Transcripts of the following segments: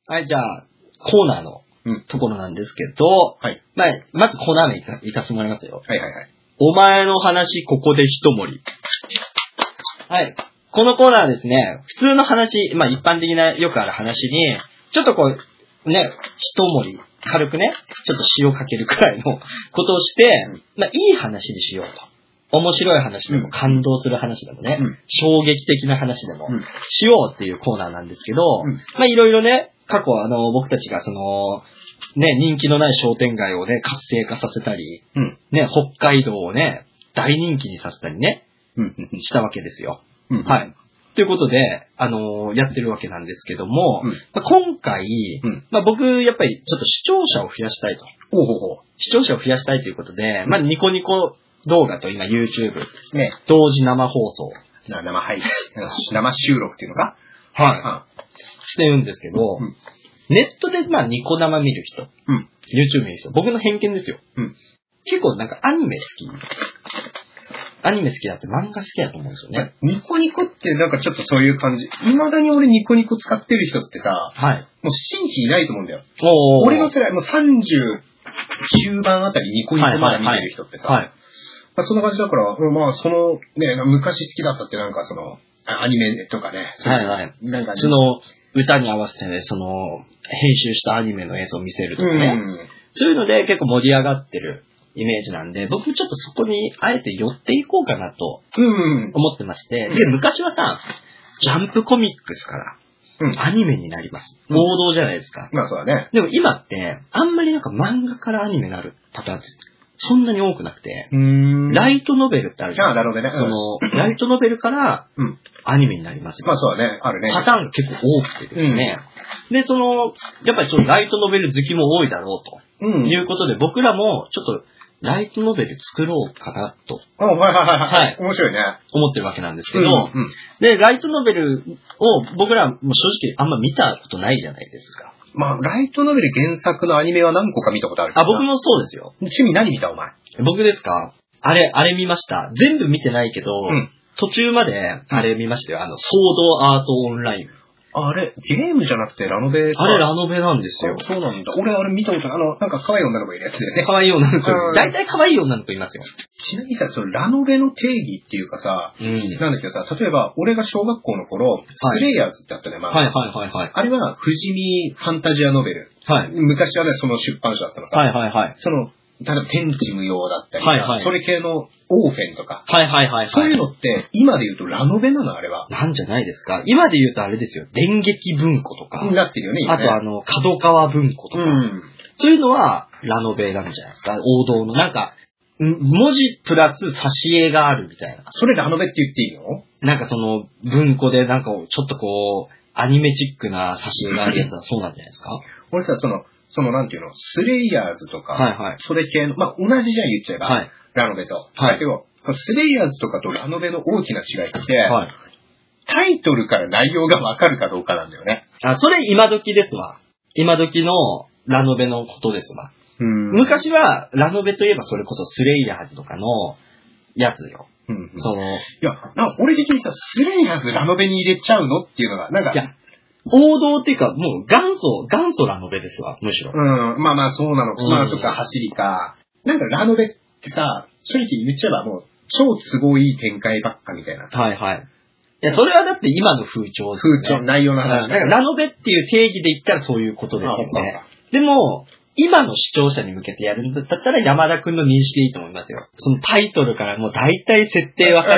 はい、じゃあ、コーナーのところなんですけど、 はい。 まずコーナー名行かせてもらいますよ。 はいはいはい。 お前の話、ここで一盛り。はい。このコーナーはですね、普通の話、一般的なよくある話に、ちょっとこう、ね、一盛り、軽くね、ちょっと塩かけるくらいのことをして、いい話にしようと。面白い話でも、感動する話でもね、衝撃的な話でも、しようっていうコーナーなんですけど、いろいろね、過去僕たちがね、人気のない商店街をね、活性化させたり、ね、北海道をね、大人気にさせたりね、したわけですよ。はい。ということで、やってるわけなんですけども、今回、僕、やっぱりちょっと視聴者を増やしたいと。視聴者を増やしたいということで、ニコニコ動画と今 YouTube、ね、同時生放送。 生配信。生収録っていうのかはい。してるんですけど、ネットでニコ生見る人、YouTube 見る人、僕の偏見ですよ。結構なんかアニメ好きだって漫画好きだと思うんですよね。 ニコニコってなんかちょっとそういう感じ。未だに俺ニコニコ使ってる人ってさ、もう新規いないと思うんだよ。俺の世代、もう30中盤あたりニコニコまだ見てる人ってさ、そんな感じだから、そのね、昔好きだったってなんかアニメとかね。 なんか歌に合わせてね、編集したアニメの映像を見せるとかね。そういうので結構盛り上がってるイメージなんで、僕ちょっとそこにあえて寄っていこうかなと思ってまして、で、昔はさ、ジャンプコミックスからアニメになります。王道じゃないですか。 そうだね。 でも今って、あんまりなんか漫画からアニメになるパターンってそんなに多くなくて、ライトノベルってあるじゃん。 なるほどね。 ライトノベルからアニメになりますよ。 そうだね。あるね。 パターンが結構多くてですね。で、やっぱりライトノベル好きも多いだろうと。いうことで、僕らもちょっとライトノベル作ろうかなと。 はい。面白いね。 思ってるわけなんですけど、で、ライトノベルを僕らも正直あんま見たことないじゃないですか。 ライトノベル原作のアニメは何個か見たことあるけど。 僕もそうですよ。 趣味何見たお前。 僕ですか？あれ見ました。全部見てないけど、途中まであれ見ましたよ。ソードアートオンライン。 あれ、ゲームじゃなくてラノベか。 あれラノベなんですよ。 そうなんだ。俺あれ見たことない。なんか可愛い女の子いるやつだよね。 可愛い女の子。大体可愛い女の子いますよ。 ちなみにさ、ラノベの定義っていうかさ、なんだけどさ、例えば俺が小学校の頃、スレイヤーズってあったね、あれは富士見ファンタジアノベル。昔はね、その出版社だったのさ。例えば天地無用だったり、それ系のオーフェンとか、そういうのって今で言うとラノベなのあれは。 なんじゃないですか。今で言うとあれですよ、電撃文庫とか。 なってるよね、 あと角川文庫とか。そういうのはラノベなんじゃないですか。王道のなんか、文字プラス挿絵があるみたいな。 それラノベって言っていいの？ なんか文庫でなんかちょっとアニメチックな挿絵があるやつはそうなんじゃないですか。 俺さ、なんていうの、スレイヤーズとか、それ系の、同じじゃん言っちゃえば、ラノベと。だけど、スレイヤーズとかとラノベの大きな違いって、タイトルから内容がわかるかどうかなんだよね。 それ今時ですわ。今時のラノベのことですわ。昔はラノベといえばそれこそスレイヤーズとかのやつよ。 いや、俺的にさ、スレイヤーズラノベに入れちゃうのっていうのが、なんか、 王道っていうか、もう元祖ラノベですわ、むしろ。 そうなの。そっか、走りか。なんかラノベってさ、正直言っちゃえばもう、超都合いい展開ばっかみたいな。 いや、それはだって今の風潮ですね。 風潮、内容の話。 ラノベっていう定義で言ったらそういうことですよね。でも、今の視聴者に向けてやるんだったら山田くんの認識でいいと思いますよ。そのタイトルからもう大体設定分かって、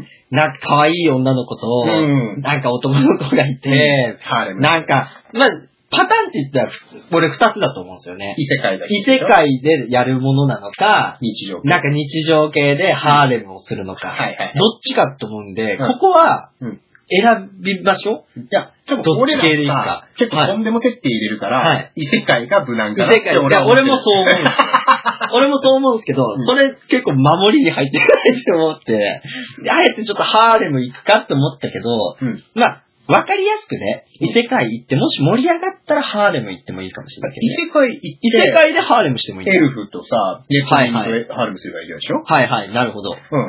なんか可愛い女の子と、なんか男の子がいて、なんか、パターンって言ったら、俺二つだと思うんですよね。異世界でやるものなのか、なんか日常系でハーレムをするのか、どっちかと思うんで、ここは、選びましょう。 いや、ちょっと俺らさ、結構とんでも設定入れるから、異世界が無難かなって俺もそう思うんですよ。俺もそう思うんですけど、それ結構守りに入ってないと思って、あえてちょっとハーレム行くかって思ったけど、わかりやすくね、異世界行って、もし盛り上がったらハーレム行ってもいいかもしれないけど、 異世界行って、 異世界でハーレムしてもいい。 エルフとさ、ネットリンとハーレムすればいいでしょ？ なるほど。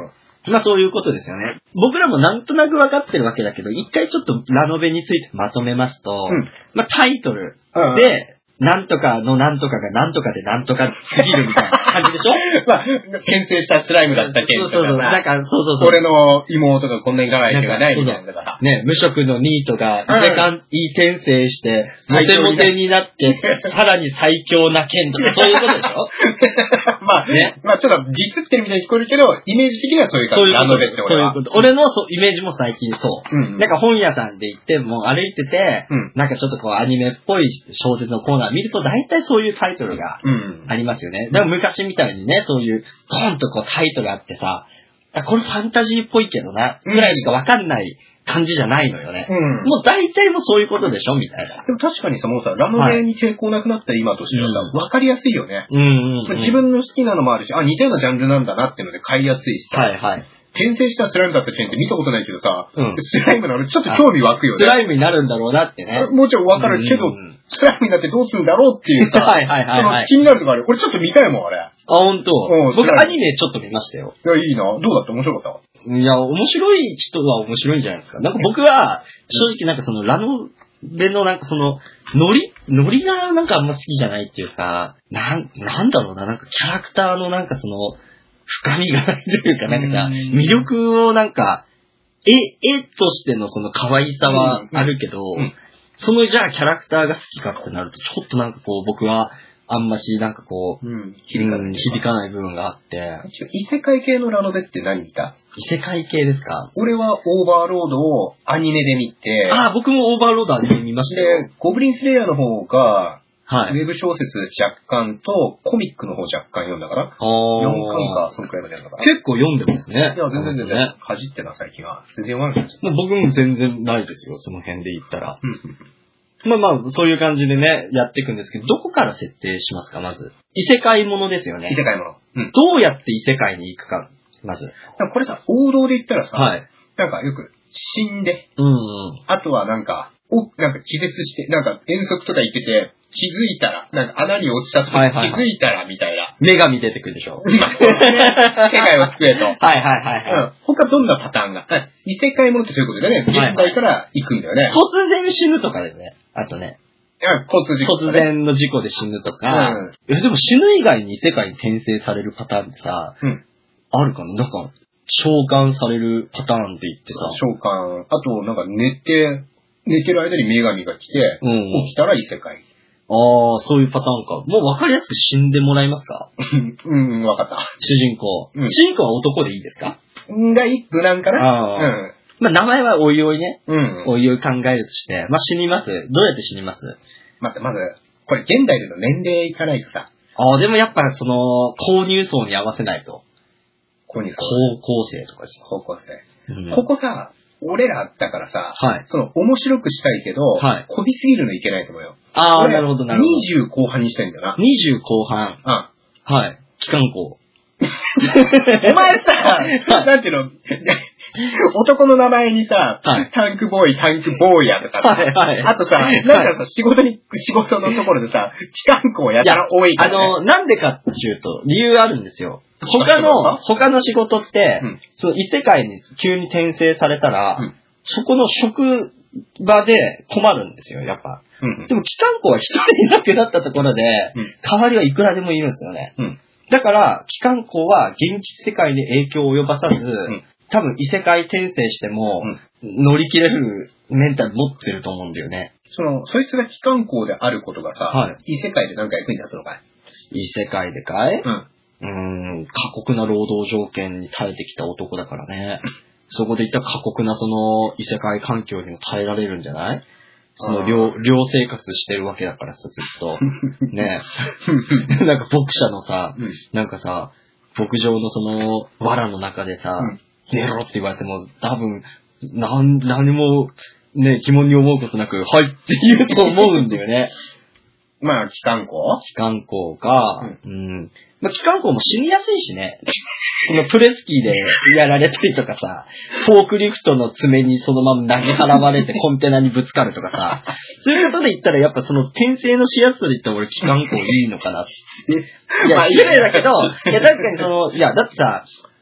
まあそういうことですよね。僕らもなんとなく分かってるわけだけど、一回ちょっとラノベについてまとめますと、まあタイトルで、なんとかのなんとかがなんとかでなんとかすぎるみたいな感じでしょまあ、転生したスライムだったけど。 そう。なんか、そう。 俺の妹がこんなに可愛い手がないみたいなだから。 ね、無職のニートが、いい転生して、モテモテになって、さらに最強な剣とか、そういうことでしょまあ、ね。まあちょっとディスってるみたいに聞こえるけど、イメージ的にはそういう感じ。ラノベってそういうこと。俺のイメージも最近そう。なんか本屋さんで行っても歩いてて、なんかちょっとこうアニメっぽい小説のコーナー見ると大体そういうタイトルがありますよね。でも昔みたいにね、そういうポンとこうタイトルあってさ、これファンタジーっぽいけどな、ぐらいしかわかんない感じじゃないのよね。もう大体もそういうことでしょみたいな。 でも確かにさ、もうさ、ラノベに抵抗なくなった今としてはさ、わかりやすいよね。自分の好きなのもあるし、似たようなジャンルなんだなっていうので買いやすいしさ。転生したスライムだった件って見たことないけどさ、スライムなのちょっと興味湧くよね。 スライムになるんだろうなってね。 もちろんわかるけど、スライムになってどうするんだろうっていうさ、その気になるとかある。これちょっと見たいもん、あれ。 ほんと。僕アニメちょっと見ましたよ。 いや、いいな。どうだった？面白かった？ いや、面白い人は面白いんじゃないですか。なんか僕は、正直なんかそのラノベのなんかその、ノリがなんかあんま好きじゃないっていうか、なんだろうな、なんかキャラクターのなんかその、深みがないというか、なんか魅力をなんか、絵としてのその可愛さはあるけど、そのじゃあキャラクターが好きかってなると、ちょっとなんかこう僕は、あんまし、なんかこう、響かない部分があって。 異世界系のラノベって何見た？ 異世界系ですか？ 俺はオーバーロードをアニメで見て。 僕もオーバーロードアニメ見ましたよ。 で、ゴブリンスレイヤーの方が、ウェブ小説若干とコミックの方若干読んだから。4巻か、そのくらいまで読んだから。 結構読んでますね。 いや、全然。かじってな、最近は。全然読まなくなっちゃった。 僕も全然ないですよ、その辺で言ったら。まあ、そういう感じでね、やっていくんですけど、どこから設定しますか、まず。異世界ものですよね。 異世界もの。 どうやって異世界に行くか、まず。 これさ、王道で言ったらさ、なんかよく死んで、あとはなんか気絶して、なんか遠足とか行ってて、気づいたら、なんか穴に落ちたとか気づいたらみたいな。 女神出てくるでしょ。 世界を救えと。他どんなパターンが？異世界ものってそういうことでね、現代から行くんだよね。 突然死ぬとかでね。あとね。突然の事故で死ぬとか。でも死ぬ以外に異世界に転生されるパターンってさ、あるかな？なんか、召喚されるパターンって言ってさ。 召喚。あと、なんか寝てる間に女神が来て、起きたら異世界。 そういうパターンか。もう分かりやすく死んでもらえますか？ 分かった。 主人公。主人公は男でいいですか？ が無難かな。 まあ、名前はおいおいね。おいおい考えるとして。まあ、死にます。どうやって死にます？ まず、これ現代での年齢いかないとさ。 でもやっぱその、購入層に合わせないと。 購入層。 高校生とかです。 高校生。ここさ、俺らだからさ、その、面白くしたいけど、こびすぎるのいけないと思うよ。 なるほど。 20後半にしたいんだな。 20後半。機関校。 お前さ、なんていうの、男の名前にさ、タンクボーイヤとか、あとさ、なんかさ、仕事のところでさ、機関校やったら多いから、ね。 なんでかっていうと、理由あるんですよ。他の仕事って、その異世界に急に転生されたら、そこの職場で困るんですよ、やっぱ。でも機関校は一人いなくなったところで、代わりはいくらでもいるんですよね。だから、機関校は現実世界に影響を及ばさず、多分異世界転生しても、乗り切れるメンタル持ってると思うんだよね。 そいつが機関校であることがさ、異世界で何か役に立つのかい？ 異世界でかい？過酷な労働条件に耐えてきた男だからね。そこでいった過酷なその異世界環境にも耐えられるんじゃない？その寮生活してるわけだからさ、ずっと。ねえ。なんか牧者のさ、なんかさ、牧場のその、藁の中でさ、寝ろって言われても、多分、何も、ね、疑問に思うことなく、はいって言うと思うんだよね。 まあ、機関校か、まあ、機関校も死にやすいしね。このプレスキーでやられたりとかさ、フォークリフトの爪にそのまま投げ払われてコンテナにぶつかるとかさ、そういうことで言ったらやっぱその転生のしやすさで言ったら俺機関校いいのかなって。いや、失礼だけど、いや確かにその、いやだってさ、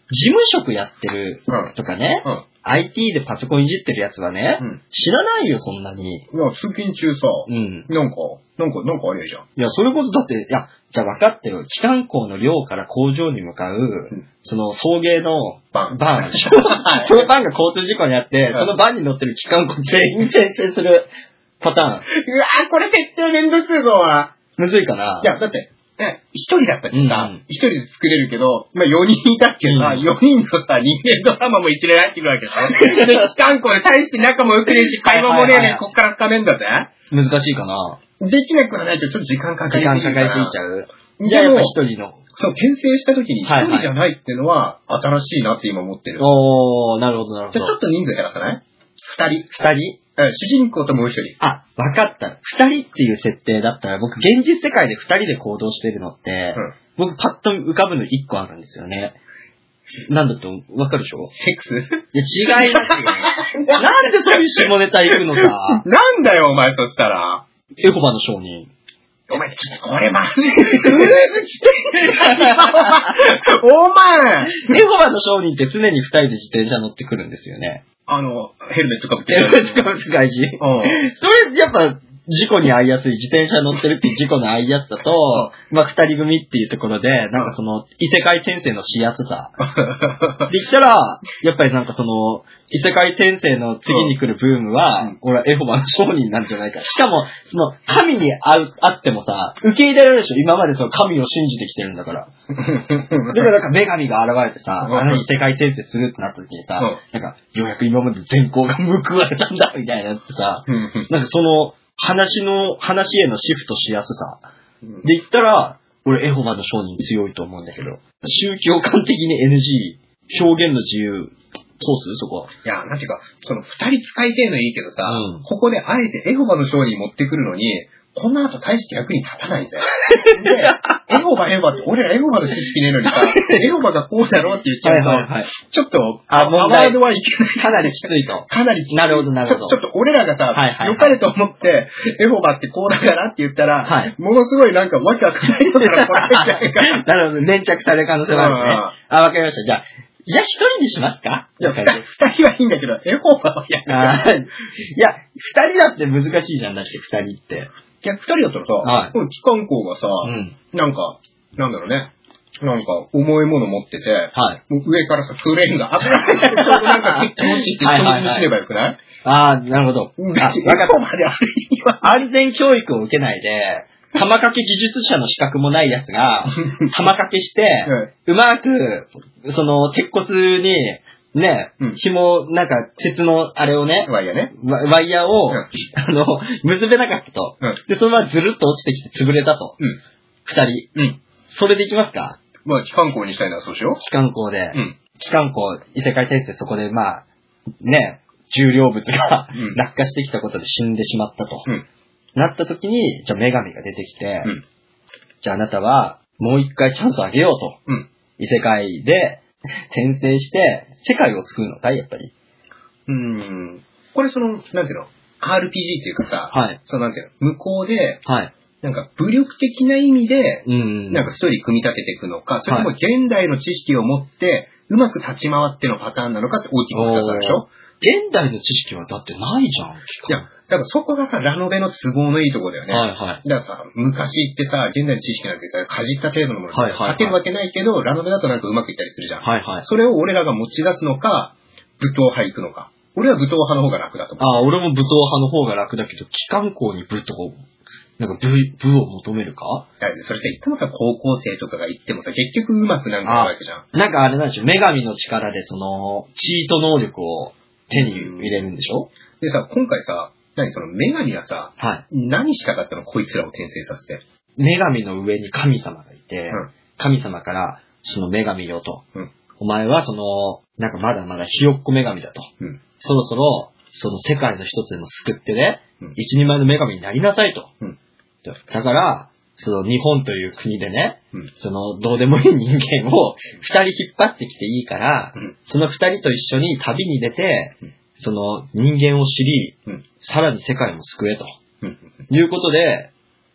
事務職やってるとかね、IT でパソコンいじってるやつはね、知らないよ、そんなに。 いや、通勤中さ、なんかあれじゃん。 いや、それこそだって、いや、じゃあ分かってよ。機関校の寮から工場に向かう、その送迎のバンでしょ。そのバンが交通事故にあって、そのバンに乗ってる機関校全員転生するパターン。うわぁ、これ設定めんどくせえぞ、 むずいかな。 いや、だって、一人だったらさ、一人で作れるけど、まあ4人いたっけどさ、4人のさ、人間ドラマも一連入ってくるわけさ。で、機関校で大して仲も良くねえし、会話もねえねん、こっから深めんだぜ。 難しいかな。 できなくはないけど、ちょっと時間かかりすぎちゃう。 じゃあやっぱ一人の。 そう、転生した時に一人じゃないっていうのは、新しいなって今思ってる。 おー、なるほど、なるほど。 ちょっと人数減らさない？二人主人公ともう一人。 あ、わかった。二人っていう設定だったら、僕現実世界で二人で行動してるのって、僕パッと浮かぶの一個あるんですよね。なんだとわかるでしょ？ セックス？ いや、違いますよ。なんでそういう下ネタ行くのさ。 なんだよ、お前としたら。 エホバの証人。 お前、ちょっとこれまずい。クルーズ来てんだよ、お前。 エホバの証人って常に二人で自転車乗ってくるんですよね。 ヘルメットかぶってる。ヘルメットかぶって外人。それ、やっぱ、事故に遭いやすい、自転車乗ってるっていう事故の遭いやすさと、まあ、二人組っていうところで、なんかその、異世界転生のしやすさ。できたら、やっぱりなんかその、異世界転生の次に来るブームは、俺はエホバの商人なんじゃないか。しかも、その、神に会ってもさ、受け入れられるでしょ。今までその神を信じてきてるんだから。だからなんか女神が現れてさ、異世界転生するってなった時にさ、なんか、ようやく今まで善行が報われたんだ、みたいなってさ、なんかその、話へのシフトしやすさ。で言ったら、俺エホバの商人強いと思うんだけど、宗教観的に NG、表現の自由、通すそこは。 いや、なんていうか、その二人使いてえのいいけどさ、ここであえてエホバの商人持ってくるのに、この後大して役に立たないぜ。で、エホバって、俺らエホバの知識ねえのにさ、エホバがこうだろうって言っちゃうと、ちょっと、 問題はいけない。 かなりきついと。 かなりきつい。 なるほど、なるほど。 ちょっと俺らがさ、良かれと思って、エホバってこうだからって言ったら、ものすごいなんかわけわかんない人から来られちゃうから。 なるほど、粘着される可能性もあるね。わかりました。じゃあ一人にしますか？ じゃあ二人はいいんだけど、エホバはやいや、二人だって難しいじゃん、だって二人って。 いや、二人だったらさ、機関校がさ、なんか、なんだろうね。なんか、重いもの持ってて、上からさ、クレーンが危ない。なんか、結婚して、掃除すればよくない？ なるほど。わかった。安全教育を受けないで、玉掛け技術者の資格もないやつが、玉掛けして、うまく、その、鉄骨に、ね、紐、なんか、鉄のあれをね、 ワイヤーね。 ワイヤーを、結べなかったと。で、そのままずるっと落ちてきて潰れたと。二人。それでいきますか？ まあ、機関校にしたいならそうしよう。 機関校で。機関校、異世界転生そこで、まあ、ね、重量物が落下してきたことで死んでしまったと。なった時に、じゃあ女神が出てきて、じゃああなたは、もう一回チャンスをあげようと。異世界で、転生して、世界を救うのかいやっぱり。 これなんていうの ?RPG っていうかさ、なんていうの向こうで、なんか武力的な意味で、なんかストーリー組み立てていくのか、それとも現代の知識を持って、うまく立ち回ってのパターンなのかって大きく2つあるでしょ？ 現代の知識はだってないじゃん。いや、だからそこがさ、ラノベの都合のいいところだよね。だからさ、昔ってさ、現代の知識なんてさ、かじった程度のもので書けるわけないけど、ラノベだとなんかうまくいったりするじゃん。それを俺らが持ち出すのか、武闘派行くのか。俺は武闘派の方が楽だと思う。 俺も武闘派の方が楽だけど、機関校に武闘、なんか武を求めるか？ それさ、言ってもさ、高校生とかが言ってもさ、結局上手くなるわけじゃん。 なんかあれなんでしょ、女神の力でチート能力を手に入れるんでしょ？ でさ、今回さ、女神がさ、何したかったのこいつらを転生させて。 女神の上に神様がいて、神様から、その女神よと。お前はなんかまだまだひよっこ女神だと。そろそろ、その世界の一つでも救ってね、一人前の女神になりなさいと。だから、日本という国でね、どうでもいい人間を二人引っ張ってきていいから、その二人と一緒に旅に出て、その人間を知り、さらに世界も救えと。いうことで、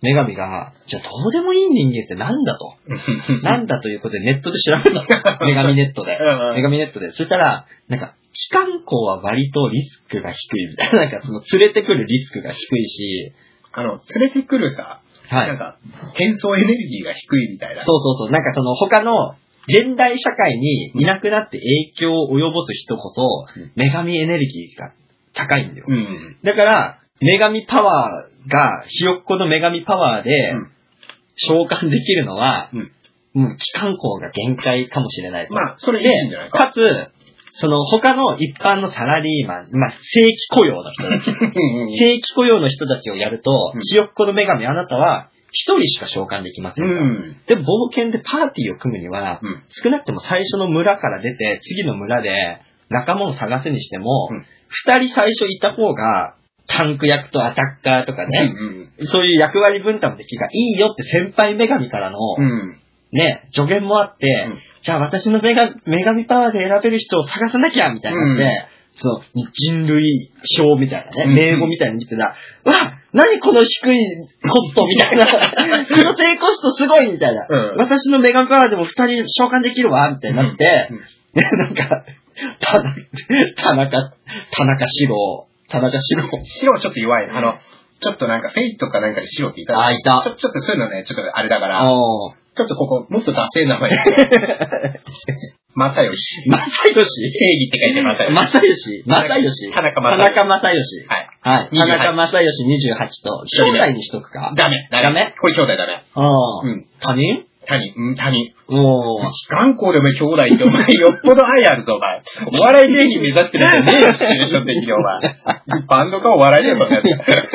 女神が、じゃあどうでもいい人間ってなんだと。なんだということでネットで調べた。女神ネットで。女神ネットで。そしたら、なんか、機関校は割とリスクが低いみたいな。なんかその連れてくるリスクが低いし。 連れてくるさ、はい。なんか、転送エネルギーが低いみたいな。 そうそうそう。なんかその他の、現代社会にいなくなって影響を及ぼす人こそ、女神エネルギーが高いんだよ。だから、女神パワーが、ひよっこの女神パワーで、召喚できるのは、もう機関校が限界かもしれないと。 まあ、それいいんじゃないか。 かつ、その他の一般のサラリーマン、まあ、正規雇用の人たち。正規雇用の人たちをやると、ひよっこの女神あなたは、一人しか召喚できませんか、でも冒険でパーティーを組むには、少なくとも最初の村から出て、次の村で仲間を探すにしても、二人最初いた方が、タンク役とアタッカーとかね、そういう役割分担もできるからいいよって先輩女神からの、ね、助言もあって、じゃあ私の女神パワーで選べる人を探さなきゃみたいになって、その人類表みたいなね、名簿みたいに見てたら、わ、何この低いコストみたいな、この低コストすごいみたいな、私の女神パワーでも二人召喚できるわみたいになって、なんか、田中白ちょっと弱い。ちょっとなんかフェイトかなんかで白っていた。 いた。 ちょっとそういうのね、ちょっとあれだから、ちょっとここ、もっとダセー名前。正義。 正義正義って書いて正義。 正義。 田中正義。はい。田中正義28と、兄弟にしとくか？ ダメ。これ兄弟ダメ。 他人。 機関校でも兄弟ってお前よっぽど愛あるぞ、お前。お笑い芸人目指してるやつねえよ、シチュエーション的にお前。バンドかお笑いだよ、そんなや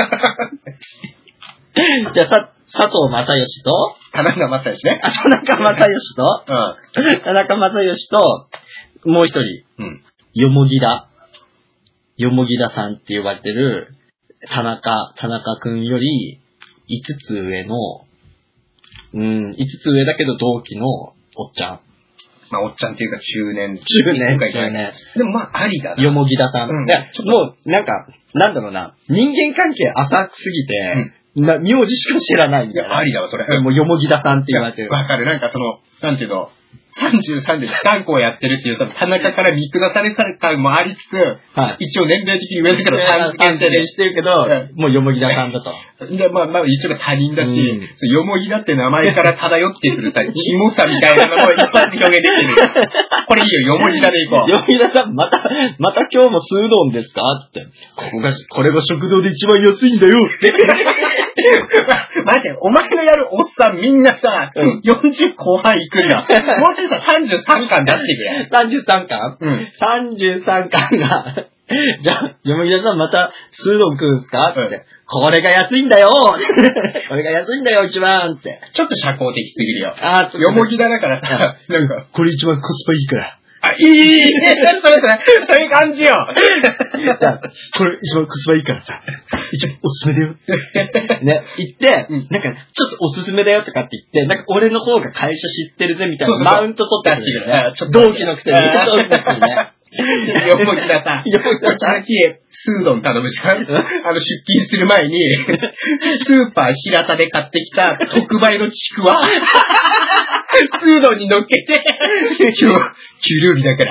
つ。じゃあ、佐藤正義と、 田中正義ね。 田中正義と、田中正義と、もう一人、よもぎださんって呼ばれてる、田中くんより、5つ上の、5つ上だけど同期のおっちゃん。 まあ、おっちゃんっていうか中年。 でもまあ、ありだな。 よもぎださん。いや、もう、なんか、なんだろうな、人間関係浅すぎて、名字しか知らないみたいな。 ありだわ、それ。 もうよもぎださんって言われてる。 わかる。なんかその、なんていうの、33で機関校やってるっていう、田中から見下された感もありつつ、一応年齢的に上だけど、 3付けしてるけど、もうよもぎださんだと。 で、まあ一応他人だし、よもぎだって名前から漂ってくるさ、キモさみたいなのも一発表現できてる。これいいよ、よもぎだでいこう。 よもぎださん、また今日もスードンですかって。これが食堂で一番安いんだよって。 待って、お前のやるおっさんみんなさ、40後半いくんだ。もうちょいさ、33巻出してくれ。 33巻?33巻が、じゃあ、よもぎださんまた、スードン食うんすかって。これが安いんだよこれが安いんだよ、一番って。 ちょっと社交的すぎるよ。よもぎだだからさ、なんか、 これ一番コスパいいから。 いいそういう感じよ。 じゃあ、これ一番コスパいいからさ、一番おすすめだよ。ね、言って、なんか、ちょっとおすすめだよとかって言って、なんか俺の方が会社知ってるぜみたいなマウント取ってくるよね。同期のくせに。そうですよね。 よもぎださん。スードン頼むじゃん。出勤する前に、スーパー平田で買ってきた特売のちくわ、スードンに乗っけて、今日、給料日だから。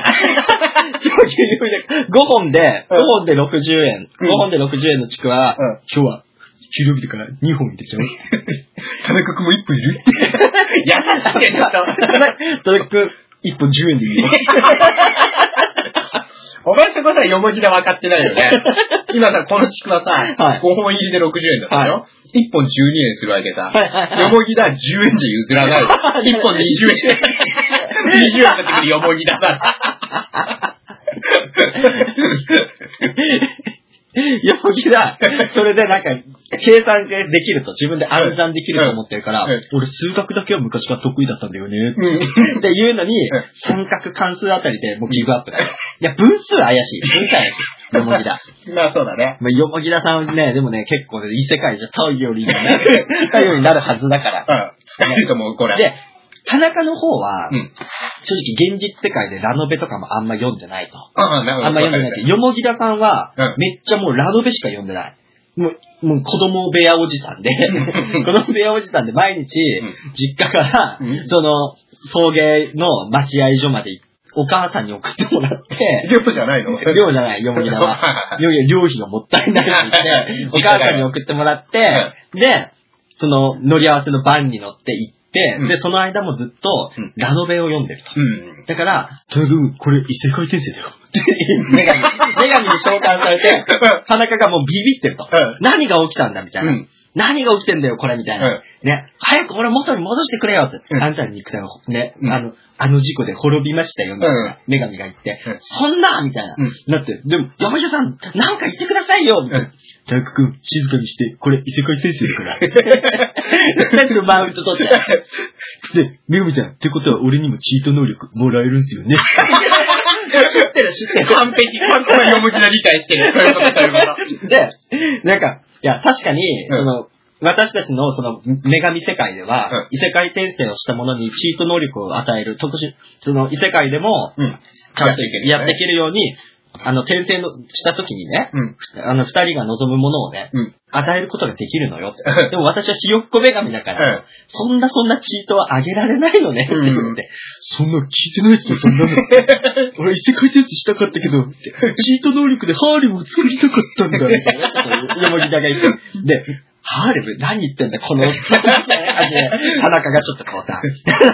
5本で60円。5本で60円のちくわ、今日は、給料日だから2本入れちゃう。 田中くんも1本いる優しいね、ちょっと。 田中くん、1本10円でいいよ。 お前ってことはよもぎで分かってないよね。今さ、このちくわさ、5本入りで60円だったよ。1本12円するわけさ。よもぎだ10円じゃ譲らない。1本20円。20円だってくるよもぎださ。 よもぎだ。それでなんか、計算できると、自分で暗算できると思ってるから、俺数学だけは昔から得意だったんだよね。っていうのに、三角関数あたりでもうギブアップだよ。いや、分数怪しい。怪しい。よもぎだ。 まあそうだね。 よもぎださんね、でもね、結構ね、異世界じゃ太陽になるはずだから。 使えると思う、これ。 で、田中の方は、正直現実世界でラノベとかもあんま読んでないと。 なるほど。 あんま読んでないけど、よもぎださんは、めっちゃもうラノベしか読んでない。 もう子供部屋おじさんで、子供部屋おじさんで毎日、実家から、その、送迎の待合所までお母さんに送ってもらって、 寮じゃないの？ 寮じゃない、よもぎだは。寮費がもったいないって言って、お母さんに送ってもらって、で、その乗り合わせのバンに乗って行って、で、その間もずっとラノベを読んでると。だから、田中君、これ異世界転生だよ。女神に召喚されて、田中がもうビビってると。何が起きたんだみたいな。何が起きてんだよ、これみたいな。ね、早く俺元に戻してくれよって。あんたの肉体をね、あの事故で滅びましたよ、みたいな。女神が言って、そんなみたいな。だって、でも、山下さん、なんか言ってくださいよみたいな。田中君、静かにして、これ異世界転生だから。全部マウント取って。で、女神さん、ってことは俺にもチート能力もらえるんすよね。知ってる。 完璧な読む気な理解してる。そういうこと。 で、なんか、いや、確かに、その、私たちのその女神世界では、異世界転生をしたものにチート能力を与える、その異世界でも、ちゃんとやっていけるように、転生した時にね、二人が望むものをね、与えることができるのよ。でも私はひよっこ女神だから、そんなチートはあげられないのね、って言って。そんな聞いてないっすよ、そんなの。俺異世界転生したかったけど、チート能力でハーレムを作りたかったんだ、みたいな。よもぎだが言って。で、ハーレム何言ってんだ、この、田中がちょっとこうさ、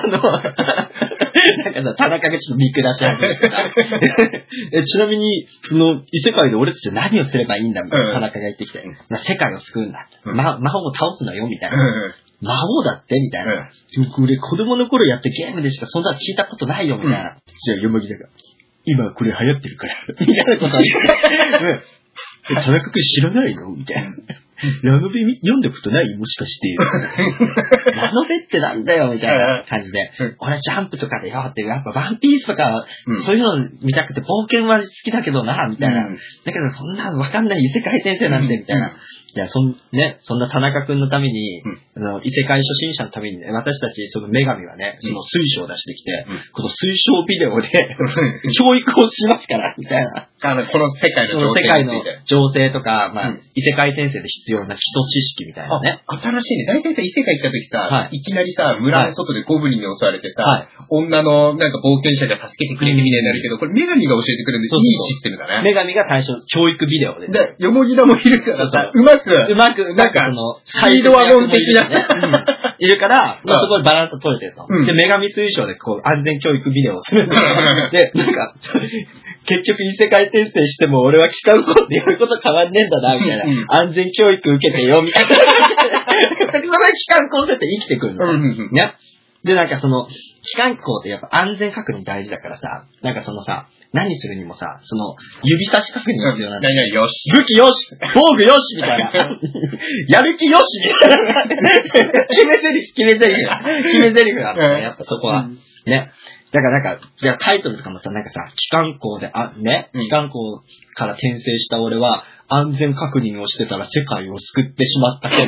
なんかさ、田中がちょっと見下し始めてさ、ちなみに、その、異世界で俺たちは何をすればいいんだみたいな田中が言ってきて、世界を救うんだ。魔法を倒すのよ、みたいな。魔法だってみたいな。俺、子供の頃やってゲームでしかそんなの聞いたことないよ、みたいな。じゃあ、よもぎだが、今これ流行ってるから、みたいなことを言って。田中君知らないのみたいな。ラノベ読んだことないもしかして。ラノベってなんだよみたいな感じで。俺ジャンプとかでよって、やっぱワンピースとか、そういうの見たくて冒険は好きだけどな、みたいな。だけどそんなわかんない異世界転生なんて、みたいな。じゃあそんな田中君のために、異世界初心者のためにね、私たちその女神はね、その水晶を出してきて、この水晶ビデオで、教育をしますから、みたいな。 この世界の情勢とか、異世界転生で必要な基礎知識みたいなね。 新しいね。大体さ、異世界行った時さ、いきなりさ、村の外でゴブリンに襲われてさ、女のなんか冒険者が助けてくれてみたいになるけど、これ女神が教えてくれるんで、いいシステムだね。 女神が対象、教育ビデオで。 で、よもぎだもいるからさ、うまく、なんかスピードワゴン的な。 いるから、そこでバランス取れてると。で、女神水晶でこう、安全教育ビデオをするんだよ。で、なんか、結局異世界転生しても俺は機関校ってやること変わんねえんだな、みたいな。安全教育受けてよ、みたいな。その機関校って生きてくるの。ね。で、なんかその、機関校ってやっぱ安全確認大事だからさ、なんかそのさ、何するにもさ、その、指差し確認必要なんだよ。 よし。 武器よし防具よしみたいな。やる気よしみたいな。決め台詞なんだね、やっぱそこは。ね。だからなんか、じゃあタイトルとかもさ、なんかさ、機関校で、機関校から転生した俺は、安全確認をしてたら世界を救ってしまったけど。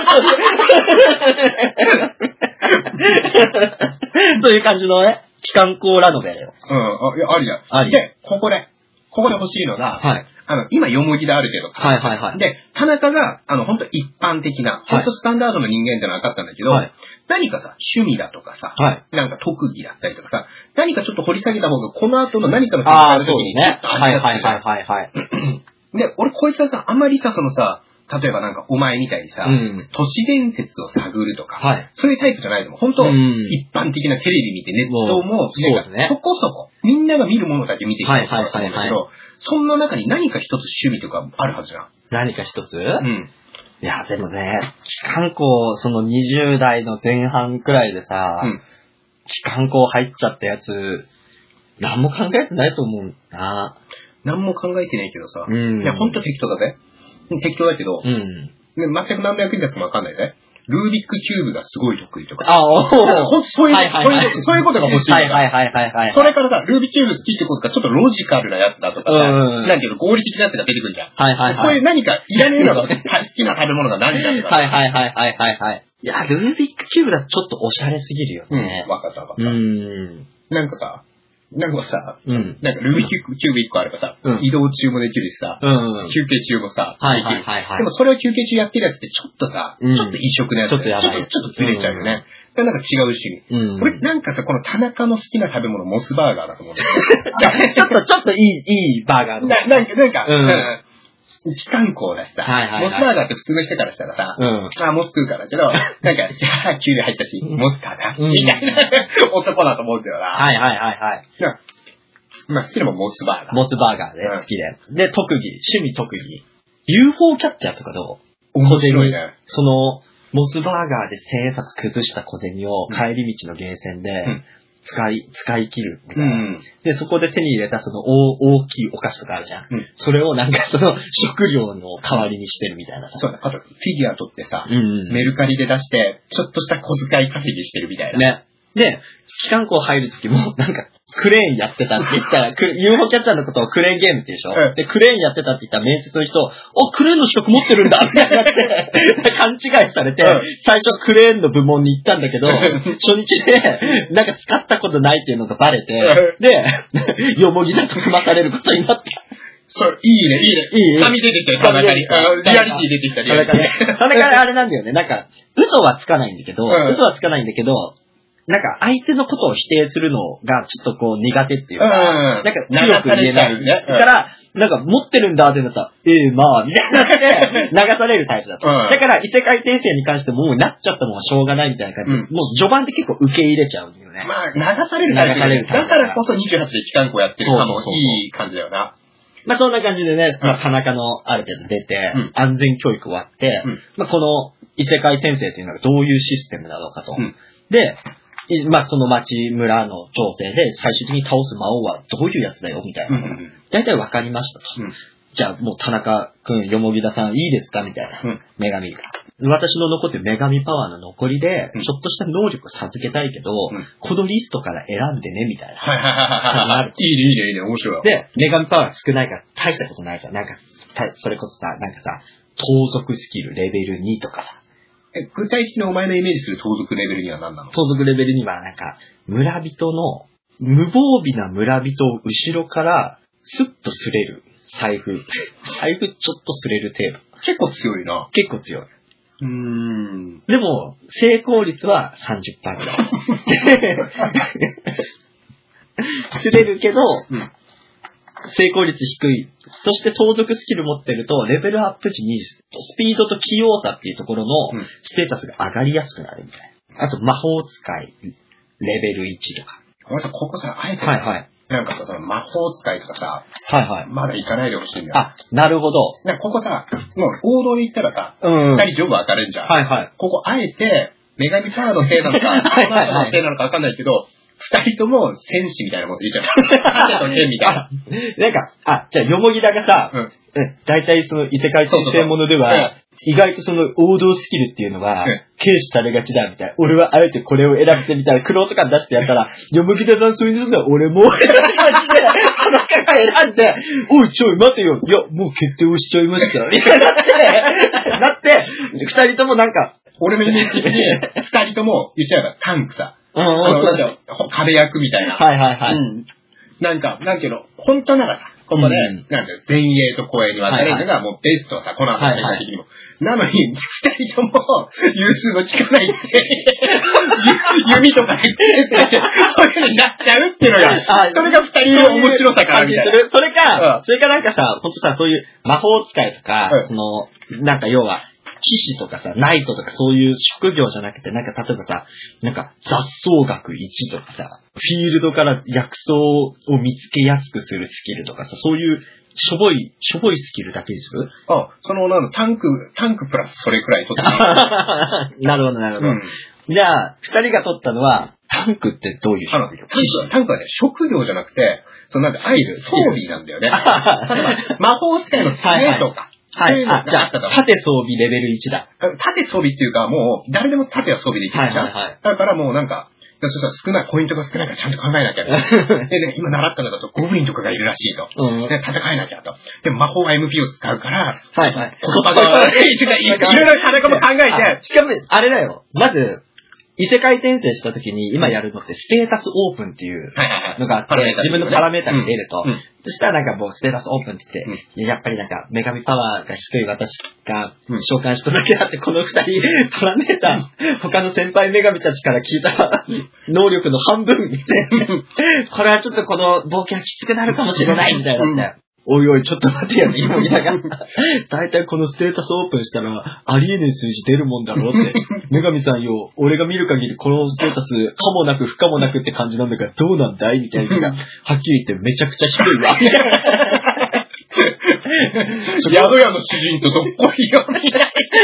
そういう感じのね、機関校ラノベよ。 ありだ。で、ここで欲しいのが、今、よもぎである程度。で、田中が、本当一般的な、本当スタンダードの人間ってのは分かったんだけど、何かさ、趣味だとかさ、なんか特技だったりとかさ、何かちょっと掘り下げた方が、この後の何かの展開の時に、で、俺こいつはさ、あんまりさ、そのさ、例えばなんかお前みたいにさ、都市伝説を探るとか、そういうタイプじゃないでも、本当一般的なテレビ見てネットも、そこそこ、みんなが見るものだけ見てきたりとかするんだけど、そんな中に何か一つ趣味とかあるはずじゃん。 何か一つ？いや、でもね、機関校、その20代の前半くらいでさ、機関校入っちゃったやつ、何も考えてないと思うな。 何も考えてないけどさ、いや、ほんと適当だぜ。適当だけど、全く何の役に立つかもわかんないぜ。ルービックキューブがすごい得意とか。そういうことが欲しい。それからさ、ルービックキューブ好きってことがちょっとロジカルなやつだとか、なんていうの、合理的なやつが出てくるじゃん。そういう何かいらねえのが、好きな食べ物が何だとか。 いや、ルービックキューブだとちょっとおしゃれすぎるよね。 わかった。なんかさ、 なんかさ、なんかルービックキューブ1個あればさ、移動中もできるしさ、休憩中もさ、できる。でもそれを休憩中やってるやつってちょっとさ、ちょっと異色なやつで、ちょっとずれちゃうよね。なんか違うし、俺なんかさ、この田中の好きな食べ物、モスバーガーだと思うんだよ。 ちょっといいバーガーなんか、機関校だしさ、モスバーガーって普通の人からしたらさ、モス食うからだけど、なんか、キュウリ入ったし、モスかなみたいな男だと思うんだよな。まあ好きなもんモスバーガー。 モスバーガーで好きで。で、趣味特技。UFO キャッチャーとかどう？ 面白いね。 モスバーガーで千円札崩した小銭を帰り道のゲーセンで使い切るみたいな。で、そこで手に入れたその大きいお菓子とかあるじゃん。それをなんかその食料の代わりにしてるみたいなさ。 そうだ。あと、フィギュア取ってさ、メルカリで出して、ちょっとした小遣い稼ぎしてるみたいな。 ね。で、機関校入るときも、なんか、クレーンやってたって言ったら、UFO キャッチャーのことをクレーンゲームって言うでしょ、で、クレーンやってたって言ったら面接の人、クレーンの資格持ってるんだみたいになって、勘違いされて、最初クレーンの部門に行ったんだけど、初日で、なんか使ったことないっていうのがバレて、で、よもぎだと組まされることになった。 そう、いいね。紙出てきたよ、田中に。リアリティ出てきた、 田中あれなんだよね。なんか、嘘はつかないんだけど、なんか相手のことを否定するのがちょっとこう苦手っていうか、なんか強く言えない。だから、なんか持ってるんだってなったら、まあ、みたいになって流されるタイプだった。だから異世界転生に関してもうなっちゃったもんはしょうがないみたいな感じで、もう序盤って結構受け入れちゃうんだよね。 まあ、流されるタイプ。だからこそ28で機関校やってるのもいい感じだよな。 まあそんな感じでね、田中のある程度出て、安全教育終わって、まあこの異世界転生というのがどういうシステムなのかと。で、まあその町村の調整で最終的に倒す魔王はどういうやつだよみたいな。大体わかりましたと。じゃあもう田中くん、よもぎださんいいですかみたいな。女神が。私の残ってる女神パワーの残りで、ちょっとした能力を授けたいけど、このリストから選んでね、みたいな。 いいね、面白い。 で、女神パワーが少ないから大したことないから、なんか、それこそさ、なんかさ、盗賊スキルレベル2とかさ。 具体的なお前のイメージする盗賊レベルには何なの？ 盗賊レベルには、なんか、村人の、無防備な村人を後ろから、スッと擦れる財布。財布ちょっと擦れる程度。 結構強いな。 結構強い。でも、成功率は30%ぐらい。擦れるけど、成功率低い。そして盗賊スキル持ってると、レベルアップ時に、スピードと器用さっていうところのステータスが上がりやすくなるみたいな。あと、魔法使い、レベル1とか。 ごめんなさい、ここさ、あえて、なんかさ、その魔法使いとかさ、まだ行かないでほしいんだよ。 なるほど。 なんかここさ、もう王道に行ったらさ、二人ジョブ当たれんじゃん。ここあえて、女神パワーのせいなのか、パワーのせいなのかわかんないけど、二人とも戦士みたいなもんすぎちゃう。盾と剣みたいな。 なんか、じゃあ、よもぎだがさ、だいたいその異世界転生ものでは、意外とその王道スキルっていうのは、軽視されがちだみたいな。俺はあえてこれを選べてみたいな。苦労とか出してやったら、よもぎださんそういうの俺も、選びがちで、田中が選んで、おいちょい待てよ。いや、もう決定をしちゃいました。みたいになって、二人ともなんか、 俺のイメージ的に、二人とも言っちゃえばタンクさ。壁役みたいな。なんか、なんけど、本当ならさ、ここで、なんか前衛と後衛に分かれるのがもうベストさ、この後の的にも。なのに、二人とも、有数の力いって、弓とか言って、そういうのになっちゃうっていうのが、それが二人の面白さからみたいな。 それかなんかさ、ほんとさ、そういう魔法使いとか、その、なんか要は、騎士とかさ、ナイトとかそういう職業じゃなくて、なんか例えばさ、なんか雑草学1とかさ、フィールドから薬草を見つけやすくするスキルとかさ、そういうしょぼいスキルだけにする？ そのタンクプラスそれくらい取ってなるほど、なるほど。じゃあ、二人が取ったのは、タンクってどういう職業？ タンクはね、職業じゃなくて、なんか装備なんだよね。例えば、魔法使いの杖とか。 じゃあ、盾装備レベル1だ。 盾装備っていうか、もう、誰でも盾は装備できるじゃん。だからもうなんか、そしたらポイントが少ないからちゃんと考えなきゃ。でね、今習ったのだとゴブリンとかがいるらしいと。で、戦えなきゃと。でも魔法は MP を使うから、言葉が、いろいろ田中も考えて。 しかも、あれだよ。まず、 異世界転生した時に今やるのってステータスオープンっていうのがあって、自分のパラメータが出ると、そしたらなんかもうステータスオープンって言って、やっぱりなんか女神パワーが低い私が召喚しただけだって、この二人パラメータ、他の先輩女神たちから聞いた能力の半分みたいな。これはちょっとこの冒険はきつくなるかもしれないみたいなって。おいおい、ちょっと待ってよ、今見ながら。だいたいこのステータスオープンしたら、ありえねえ数字出るもんだろうって。女神さんよ、俺が見る限りこのステータス、可もなく不可もなくって感じなんだから、どうなんだいみたいな。はっきり言ってめちゃくちゃ低いわ。 宿屋の主人とどっこいよ、みた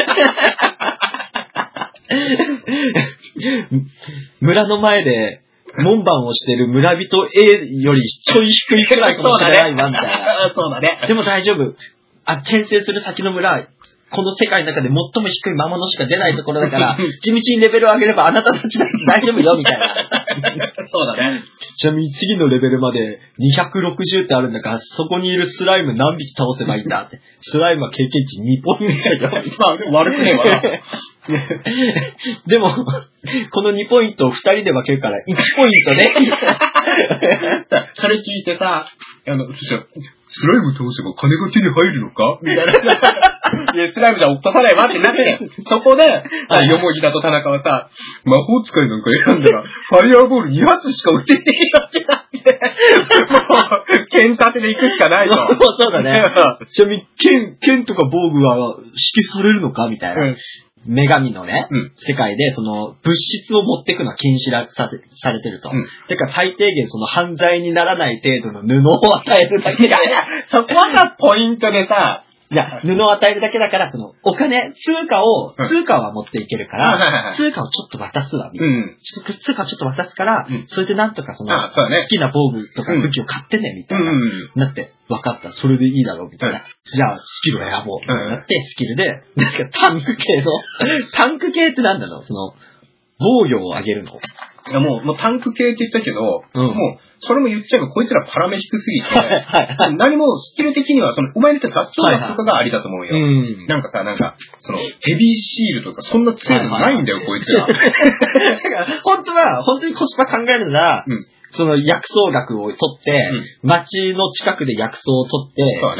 いな。村の前で、門番をしてる村人 A よりちょい低いくらいかもしれないわ、みたいな。 そうだね。 でも大丈夫。転生する先の村、この世界の中で最も低い魔物しか出ないところだから、地道にレベルを上げればあなたたち大丈夫よ、みたいな。 そうだね。 ちなみに次のレベルまで260ってあるんだから、そこにいるスライム何匹倒せばいいんだって。スライムは経験値2ポイントよ。 まあ、悪くねえわな。 でも、この2ポイントを2人で分けるから1ポイントね。 それ聞いてさ、スライム倒せば金が手に入るのかみたいな。いや、スライムじゃ落とさないわってなって、そこで、よもぎだと田中はさ、魔法使いなんか選んだら、ファイアーボール2発しか撃てねえよってなって、もう、剣立てで行くしかないと。 そうだね。ちなみに、剣とか防具は指揮されるのかみたいな。女神のね、世界で、その、物質を持っていくのは禁止されてると。てか、最低限その犯罪にならない程度の布を与えるだけ。いや、 そこがポイントでさ、 いや、布を与えるだけだから、その、お金、通貨は持っていけるから、通貨をちょっと渡すわ、みたいな。通貨をちょっと渡すから、それでなんとかその、好きな防具とか武器を買ってね、みたいな。なって、分かった、それでいいだろう、みたいな。じゃあ、スキルを選ぼう、なって、スキルで、なんかタンク系ってなんだろう、その、防御を上げるの。 いやもうタンク系って言ったけど、もう、それも言っちゃえばこいつらパラメ低すぎて、何もスキル的には、その、お前に言った雑草学とかがありだと思うよ。なんか、その、ヘビーシールとか、そんな強いのないんだよ、こいつら。だから、 本当にコスパ考えるなら、その薬草学を取って、町の近くで薬草を取って、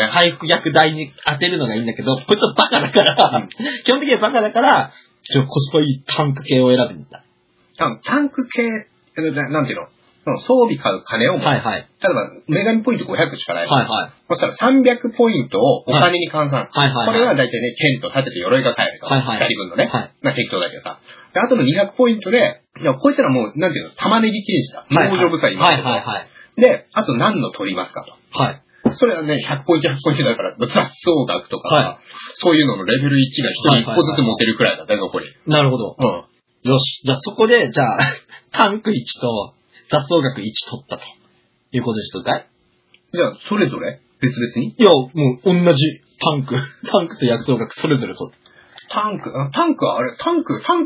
回復薬代に当てるのがいいんだけど、こいつはバカだから、基本的にはバカだから、コスパいいタンク系を選ぶんだ。 タンク系、なんていうの、その装備買う金を、例えば、女神ポイント500しかない。そしたら300ポイントをお金に換算。これは大体ね、剣と盾と鎧が買えると。2人分のね。まあ適当だけどさ。で、あとの200ポイントで、いや、こいつらもう、なんていうの、玉ねぎ剣士だ。農場部隊いますけど。で、あと何の取りますかと。それはね、100ポイント100ポイントだから、雑草学とか、そういうののレベル1が1人1個ずつ持てるくらいだね、残り。 なるほど。よし。じゃあそこで、タンク1と雑草学1取ったということですかい？ じゃあ、それぞれ別々に？ いや、もう同じタンクと薬草学それぞれ取った。 タンクはあれ、タンクと言って、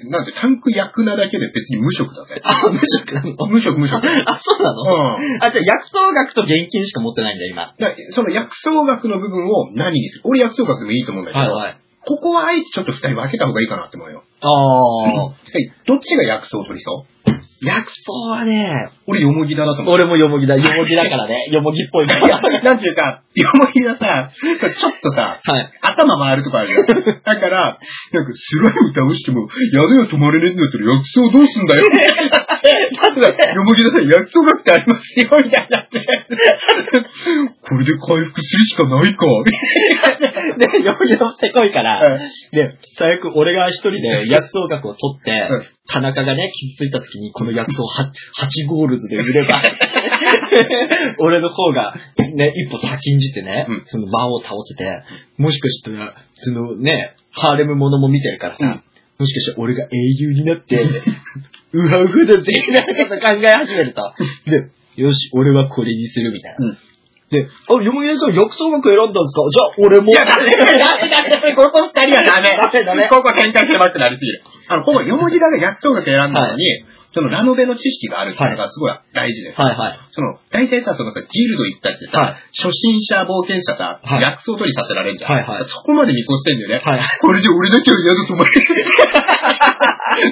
なんでタンク役なだけで別に無職だぜ。 無職なの？ 無職。 そうなの？じゃあ薬草学と現金しか持ってないんだ、今。 その薬草学の部分を何にする？俺薬草学でもいいと思うんだけど、ここはあえてちょっと二人分けた方がいいかなって思うよ。どっちが薬草を取りそう？ 薬草はね、 俺よもぎだなと思う。 俺もよもぎだからね。よもぎっぽいから。 なんていうか、よもぎはさ、ちょっとさ、頭回るとこあるじゃん。だから、なんかスライム倒しても、宿屋泊まれねえんだったら薬草どうすんだよ。だってよもぎださ、薬草学ってありますよ、みたいになって。これで回復するしかないか。 で、よもぎのせこいから、で、最悪俺が一人で薬草学を取って、田中がね、傷ついた時にこの薬草を8ゴールドで売れば、俺の方がね、一歩先んじてね、その魔王を倒せて、もしかしたら、そのね、ハーレムものも見てるからさ、もしかしたら俺が英雄になって、うわうわだぜ、みたいなこと考え始めると。で、よし、俺はこれにするみたいな。で、よもぎさん薬草学選んだんですか？じゃあ、俺も。いや、ダメ。 ここ二人はダメ。ここ喧嘩してばってなりすぎる。ここよもぎだが薬草学選んだのに、そのラノベの知識があるっていうのがすごい大事です。その、大体さ、そのさ、ギルド行ったってさ、初心者冒険者さ、薬草取りさせられんじゃん。そこまで見越してんだよね。これで俺だけは宿泊まれる。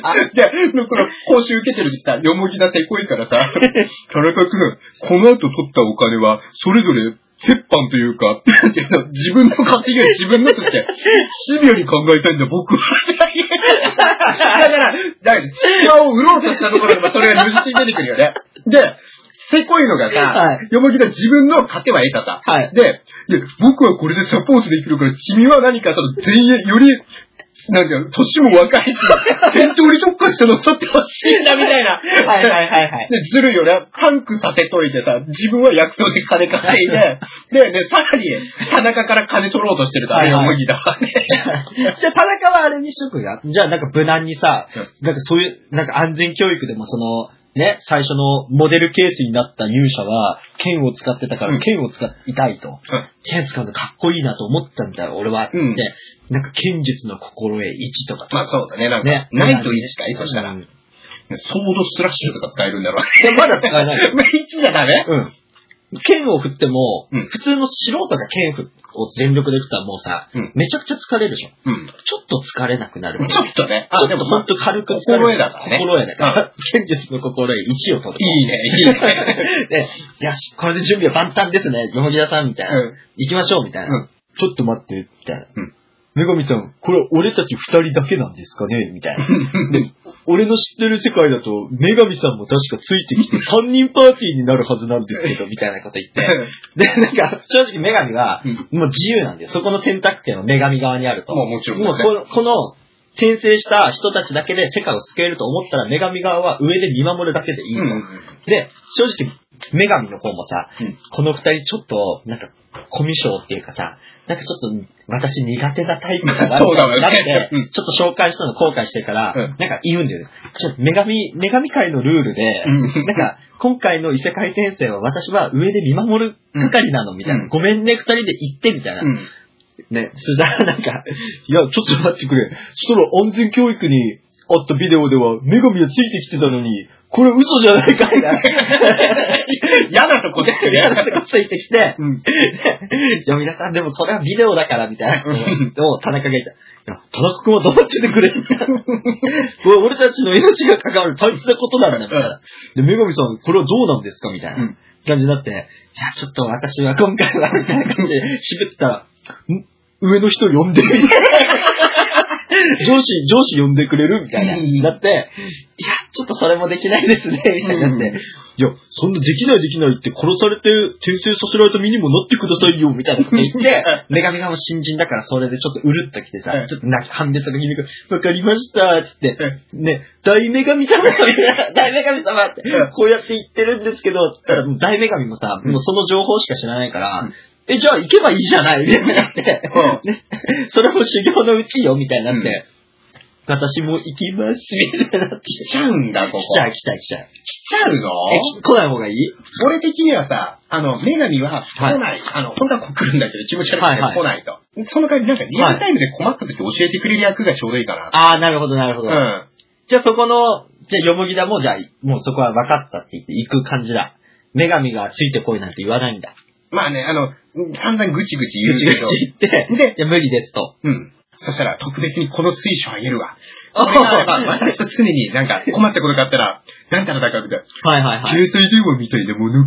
この報酬受けてる時さ、よもぎだせこいからさ、田中君、この後取ったお金は、それぞれ、折半というか、自分の稼ぎは自分のとして、シビアに考えたいんだ、僕は。だから、シワを売ろうとしたところで、それが如実に出てくるよね。で、せこいのがさ、よもぎだ自分の糧は得たさ。で、僕はこれでサポートできるから、君は何か全員より、なんか、年も若いし、戦闘に特化したの取ってほしいんだみたいな。で、ずるいよね。パンクさせといてさ、自分は薬草で金稼いで、で、さらに、田中から金取ろうとしてると、よもぎだわね。 じゃあ、田中はあれにしとくや。じゃあ、なんか無難にさ、なんかそういう、なんか安全教育でも最初のモデルケースになった勇者は、剣を使ってたから、剣を使いたいと。剣使うのかっこいいなと思ったんだよ、俺は。で、なんか剣術の心得1とか。 まあそうだね、なんか、ないといいですかいそしたら。ソードスラッシュとか使えるんだろうね。 まだ使えない。 まあ1じゃダメ？ 剣を振っても、普通の素人が剣を全力で振ったらもうさ、めちゃくちゃ疲れるでしょ。ちょっと疲れなくなる。 ちょっとね。 でもほんと軽く疲れる。 心得だからね。 心得だから。剣術の心得1を取る。 いいね。 で、よし、これで準備は万端ですね。よもぎださんみたいな。行きましょうみたいな。ちょっと待って、みたいな。女神さん、これ俺たち2人だけなんですかねみたいな。で、俺の知ってる世界だと、女神さんも確かついてきて3人パーティーになるはずなんですけど、みたいなこと言って。で、なんか、正直女神は、もう自由なんだよ。そこの選択権は女神側にあると。 もちろん、ね。 もうこの、転生した人たちだけで世界を救えると思ったら、女神側は上で見守るだけでいいと。で、正直、女神の方もさ、この2人ちょっと、なんか、コミュ障っていうかさ、なんかちょっと私苦手なタイプだなって、ちょっと紹介したの後悔してるから、なんか言うんだよね。ちょっと女神界のルールで、なんか今回の異世界転生は私は上で見守る係なのみたいな。ごめんね、2人で行ってみたいな。ね、そしたらなんか、いや、ちょっと待ってくれ。そしたら安全教育にあったビデオでは女神がついてきてたのに、これ嘘じゃないかいな。 嫌なとこですよね。 嫌なとこついてきて、いや、皆さんでもそれはビデオだからみたいなことを田中が言った。いや、田中君は黙っててくれみたいな。これ俺たちの命が関わる大切なことなんだみたいな。で、女神さん、これはどうなんですかみたいな感じになって、いや、ちょっと私は今回はみたいな感じで渋ってたら、上の人呼んでみたいな。上司呼んでくれるみたいな。だって、いや、ちょっとそれもできないですね、みたいになって。いや、そんなできないって殺されて転生させられた身にもなってくださいよ、みたいなこと言って、女神さんも新人だからそれでちょっとうるっと来てさ、ちょっと半べそが気にくわかりました、つって、ね、大女神様って、こうやって言ってるんですけど、つったら大女神もさ、もうその情報しか知らないから、じゃあ行けばいいじゃないみたいになって、ね、それも修行のうちよみたいになって、私も行きますみたいになって。 来ちゃうんだ、ここ。 来ちゃう。 来ちゃうの？ 来ない方がいい？ 俺的にはさ、女神は来ない。本当は来るんだけど、気持ち悪くて来ないと。その代わりなんかリアルタイムで困った時教えてくれる役がちょうどいいかな。 ああ、なるほど。じゃあそこの、よもぎだもじゃあ、もうそこは分かったって言って行く感じだ。女神がついてこいなんて言わないんだ。 まあね、散々ぐちぐち言うけど。 ぐち言って、で、無理ですと。 そしたら特別にこの水晶あげるわ。私と常になんか困ったことがあったら、なんたらだかみたいな。携帯電話みたいなものか。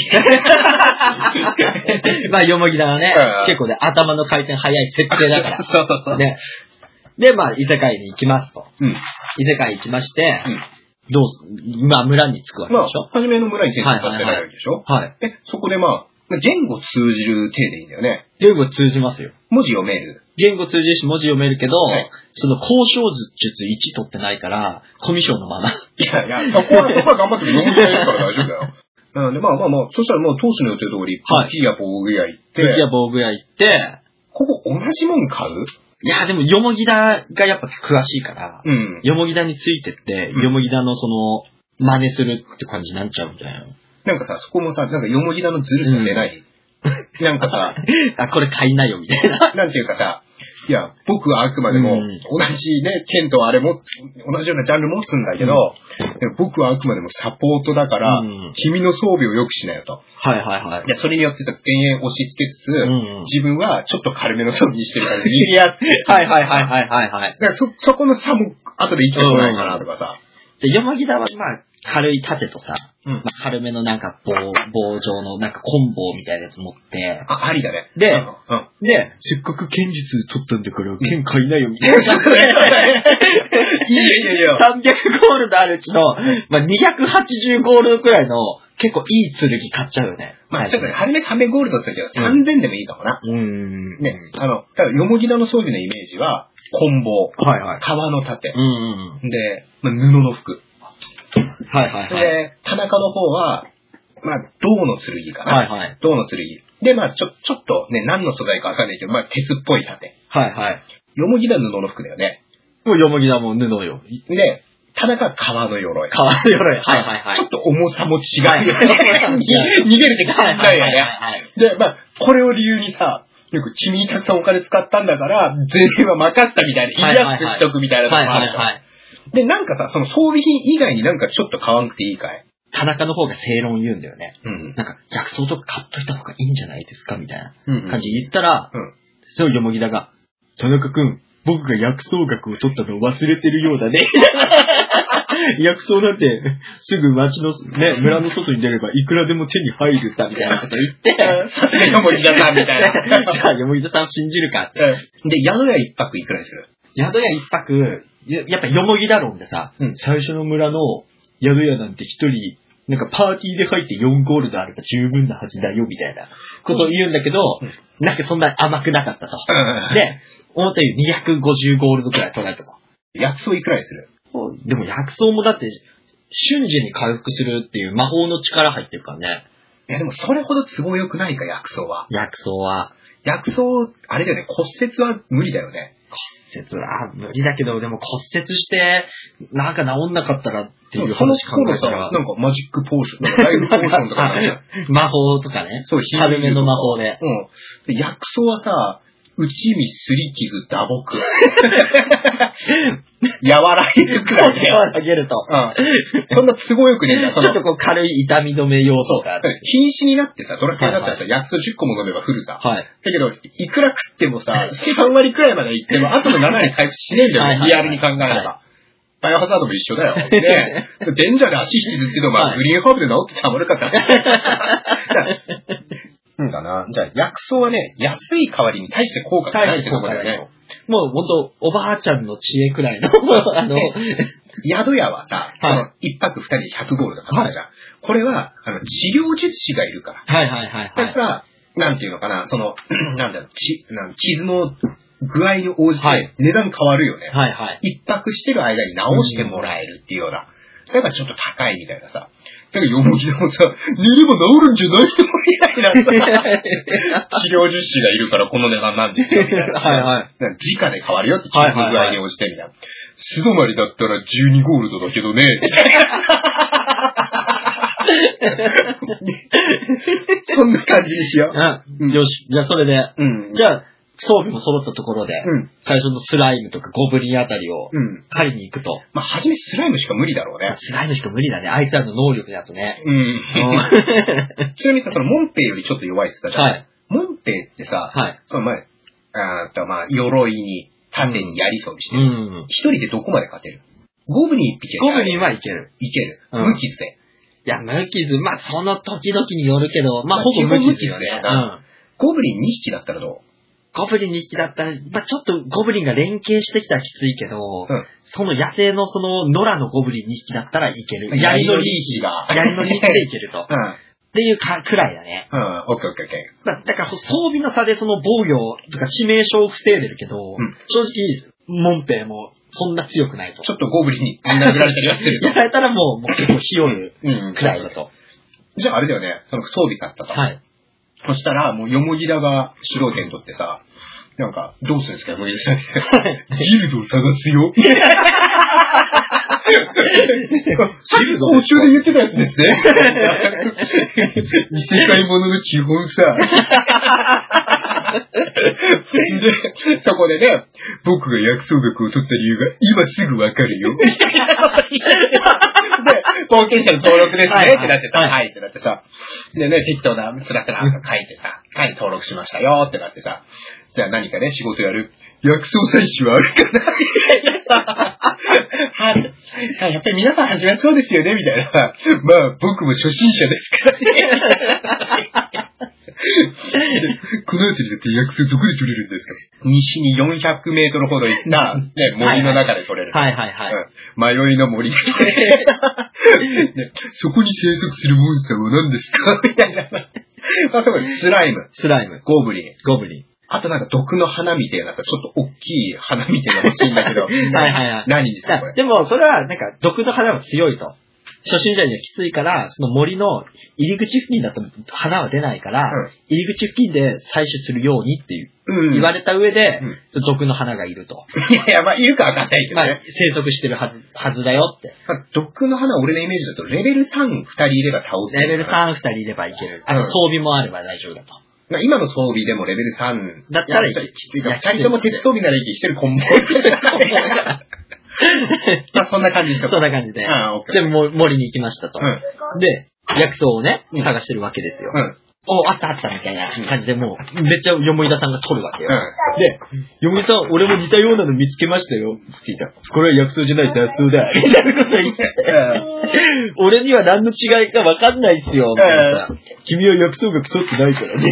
まあ、よもぎだね。結構ね、頭の回転早い設定だから。 そう。 で、まあ、異世界に行きますと。異世界行きまして、まあ、村に着くわけでしょ。 初めの村に転生させないわけでしょ。そこでまあ、言語通じる体でいいんだよね。 言語通じますよ。 文字読める。 言語通じるし文字読めるけど、その交渉術1取ってないから、コミュ障のまま。 いや、そこは頑張って読むから大丈夫だよ。なので、まあ、そしたらもう当初の予定通り、武器や防具屋行って、ここ同じもん買う？ いや、でも、よもぎだがやっぱ詳しいから、よもぎだについてって、よもぎだの真似するって感じになっちゃうんだよ。 なんかさ、そこもさ、なんかよもぎだのずるさ出ない。なんかさ、 これ買いなよ、みたいな。 なんていうかさ、 いや、僕はあくまでも、同じね、剣とあれも、同じようなジャンル持つんだけど、でも僕はあくまでもサポートだから、君の装備を良くしなよと。 はいはいはい。 で、それによってさ、前衛押し付けつつ、自分はちょっと軽めの装備にしてるから逃げやすい。 はいはいはいはいはいはい。 だからそこの差も後で生きてこないかなとかさ。 で、よもぎだはまあ、軽い盾とさ、まあ、軽めのなんか棒状のなんかコンボみたいなやつ持って。 ありだね。 で、せっかく剣術取ったんだから剣買いなよみたいな感じで。いや。300ゴールドあるうちの、まあ、280ゴールドくらいの結構いい剣買っちゃうよね。 まあ、ちょっとね、初め300ゴールドって言ったけど、3000でもいいかもな。ね、ただ、よもぎだの装備のイメージは、棍棒、革の盾、で、まあ、布の服。で、田中の方は、まあ、銅の剣かな。銅の剣。で、まあ、ちょっとね、何の素材かわかんないけど、まあ、鉄っぽい盾。よもぎだ布の服だよね。 もうよもぎだもん布よ。 で、田中は革の鎧。 革の鎧。 ちょっと重さも違うよね。逃げるって感じだよね。で、まあ、これを理由にさ、よく君にたくさんお金使ったんだから、税は任せたみたいな、言いやすくしとくみたいなとこあるでしょ。で、なんかさ、その装備品以外になんかちょっと買わなくていいかい？ 田中の方が正論言うんだよね。なんか、薬草とか買っといた方がいいんじゃないですかみたいな感じで言ったら、そうよもぎだが、田中くん、僕が薬草学を取ったのを忘れてるようだね。薬草なんて、すぐ町のね、村の外に出ればいくらでも手に入るさ、みたいなこと言って、 さすがよもぎださんみたいな。 じゃあよもぎださん信じるかって。 で、宿屋一泊いくらにする？ 宿屋一泊、やっぱよもぎだろんでさ、最初の村の宿屋なんて一人、なんかパーティーで入って4ゴールドあれば十分なはずだよ、みたいなことを言うんだけど、なんかそんな甘くなかったと。で、思ったより250ゴールドくらい取られたと。 薬草いくらにする？ でも薬草もだって瞬時に回復するっていう魔法の力入ってるからね。 いやでもそれほど都合良くないか、薬草は。 薬草、 あれだよね、骨折は無理だよね。 骨折は無理だけど、でも骨折して、なんか治んなかったらっていう話考えたら。 なんかマジックポーションとか、ライフポーションとか、 魔法とかね。そう、軽めの魔法で。 で薬草はさ、打ち身、すり傷、打撲。和らげるくらいで。 和らげると。 そんな都合よくねえんだ。 ちょっとこう軽い痛み止め要素が。 瀕死になってさ、ドラクエだったらさ、薬草10個も飲めばフルさ。だけど、いくら食ってもさ、3割くらいまでいっても、あとの7割回復しねえんだよね、リアルに考えれば。バイオハザードも一緒だよ。ねデンジャーで足引きずってど、まあ、グリーンハーブで治ってたまるかった。だな。じゃあ、薬草はね、安い代わりに大して効果がないってことだよね。 もうほんと、おばあちゃんの知恵くらいの。 宿屋はさ、一泊二人100ゴールドかかるじゃん。これは、治療術師がいるから。だから、なんていうのかな、なんだろう、傷の具合に応じて値段変わるよね。一泊してる間に治してもらえるっていうような。だからちょっと高いみたいなさ。だからよもぎでもさ、寝れば治るんじゃないとみたいなさ。治療術師がいるからこの値段なんですよ、みたいな。時価で変わるよって、傷の具合に応じてみたいな。素泊まりだったら12ゴールドだけどね。そんな感じにしよう。 よし。じゃあそれで。じゃあ、装備も揃ったところで、最初のスライムとかゴブリンあたりを狩りに行くと。 まあ、初めスライムしか無理だろうね。 スライムしか無理だね。あいつらの能力だとね。 ちなみにさ、そのモンペイよりちょっと弱いって言ったじゃん。モンペイってさ、その前、まあ、鎧に、盾に槍装備してる。一人でどこまで勝てる？ゴブリン一匹ゴブリンはいける。 いける。無傷で。 いや、無傷、まあ、その時々によるけど、まあ、ほぼ無傷だね。 ゴブリン2匹だったらどう？ ゴブリン2匹だったら、まあ、ちょっとゴブリンが連携してきたらきついけど、その野生のその野良のゴブリン2匹だったらいける。槍のリーチでいけると。っていうくらいだね。 オッケー。 だから装備の差でその防御とか致命傷を防いでるけど、正直、モンペイもそんな強くないと。 ちょっとゴブリンに殴られたりはすると。 やられたらもう結構ひよるくらいだと。 じゃああれだよね、その装備買ったと。そしたら、もう、よもぎだが主導権取ってさ、なんか、どうするんですか、よもぎださんって。ギルドを探すよ。 お中で言ってたやつですね。異世界ものの基本さ。で、そこでね、僕が薬草学を取った理由が今すぐわかるよ。で、冒険者の登録ですねってなってさ、はいってなってさ、でね、適当なスラスラ書いてさ、はい、登録しましたよってなってさ、じゃあ何かね、仕事やる。薬草採取はあるかなはい、やっぱり皆さん始めそうですよねみたいな。まあ、僕も初心者ですからね。この辺りだって薬草どこで取れるんですか？西に400メートルほど行った、ね、森の中で取れる。 はいはいはい。 迷いの森が取れる、ね。そこに生息するモンスターは何ですかみたいな。まあ、そうです。スライム。ゴブリン。あとなんか毒の花みたいな、ちょっと大きい花みたいなの欲しいんだけど。はいはいはい。何ですかこれ。 でも、それはなんか毒の花は強いと。初心者にはきついから、その森の入り口付近だと花は出ないから、入り口付近で採取するようにっていう、言われた上で、毒の花がいると。 いや、まあ、いるかわかんないけどね。 まあ、生息してるはずだよって。 毒の花、俺のイメージだと、レベル3、2人いれば倒せる。 レベル3、2人いればいける。あと装備もあれば大丈夫だと。 今の装備でもレベル3。 だったらきついか。2人とも鉄装備なら息してるコンボ。まあそんな感じでしょ。 そんな感じで。で、森に行きましたと。で、薬草をね、探してるわけですよ。お、あったみたいな感じでもう、めっちゃよもぎださんが取るわけよ。で、よもぎさん、俺も似たようなの見つけましたよ。って言った。これは薬草じゃない雑草だ。みたいなこと言って。俺には何の違いか分かんないっすよ。みたいな。君は薬草学取ってないからね。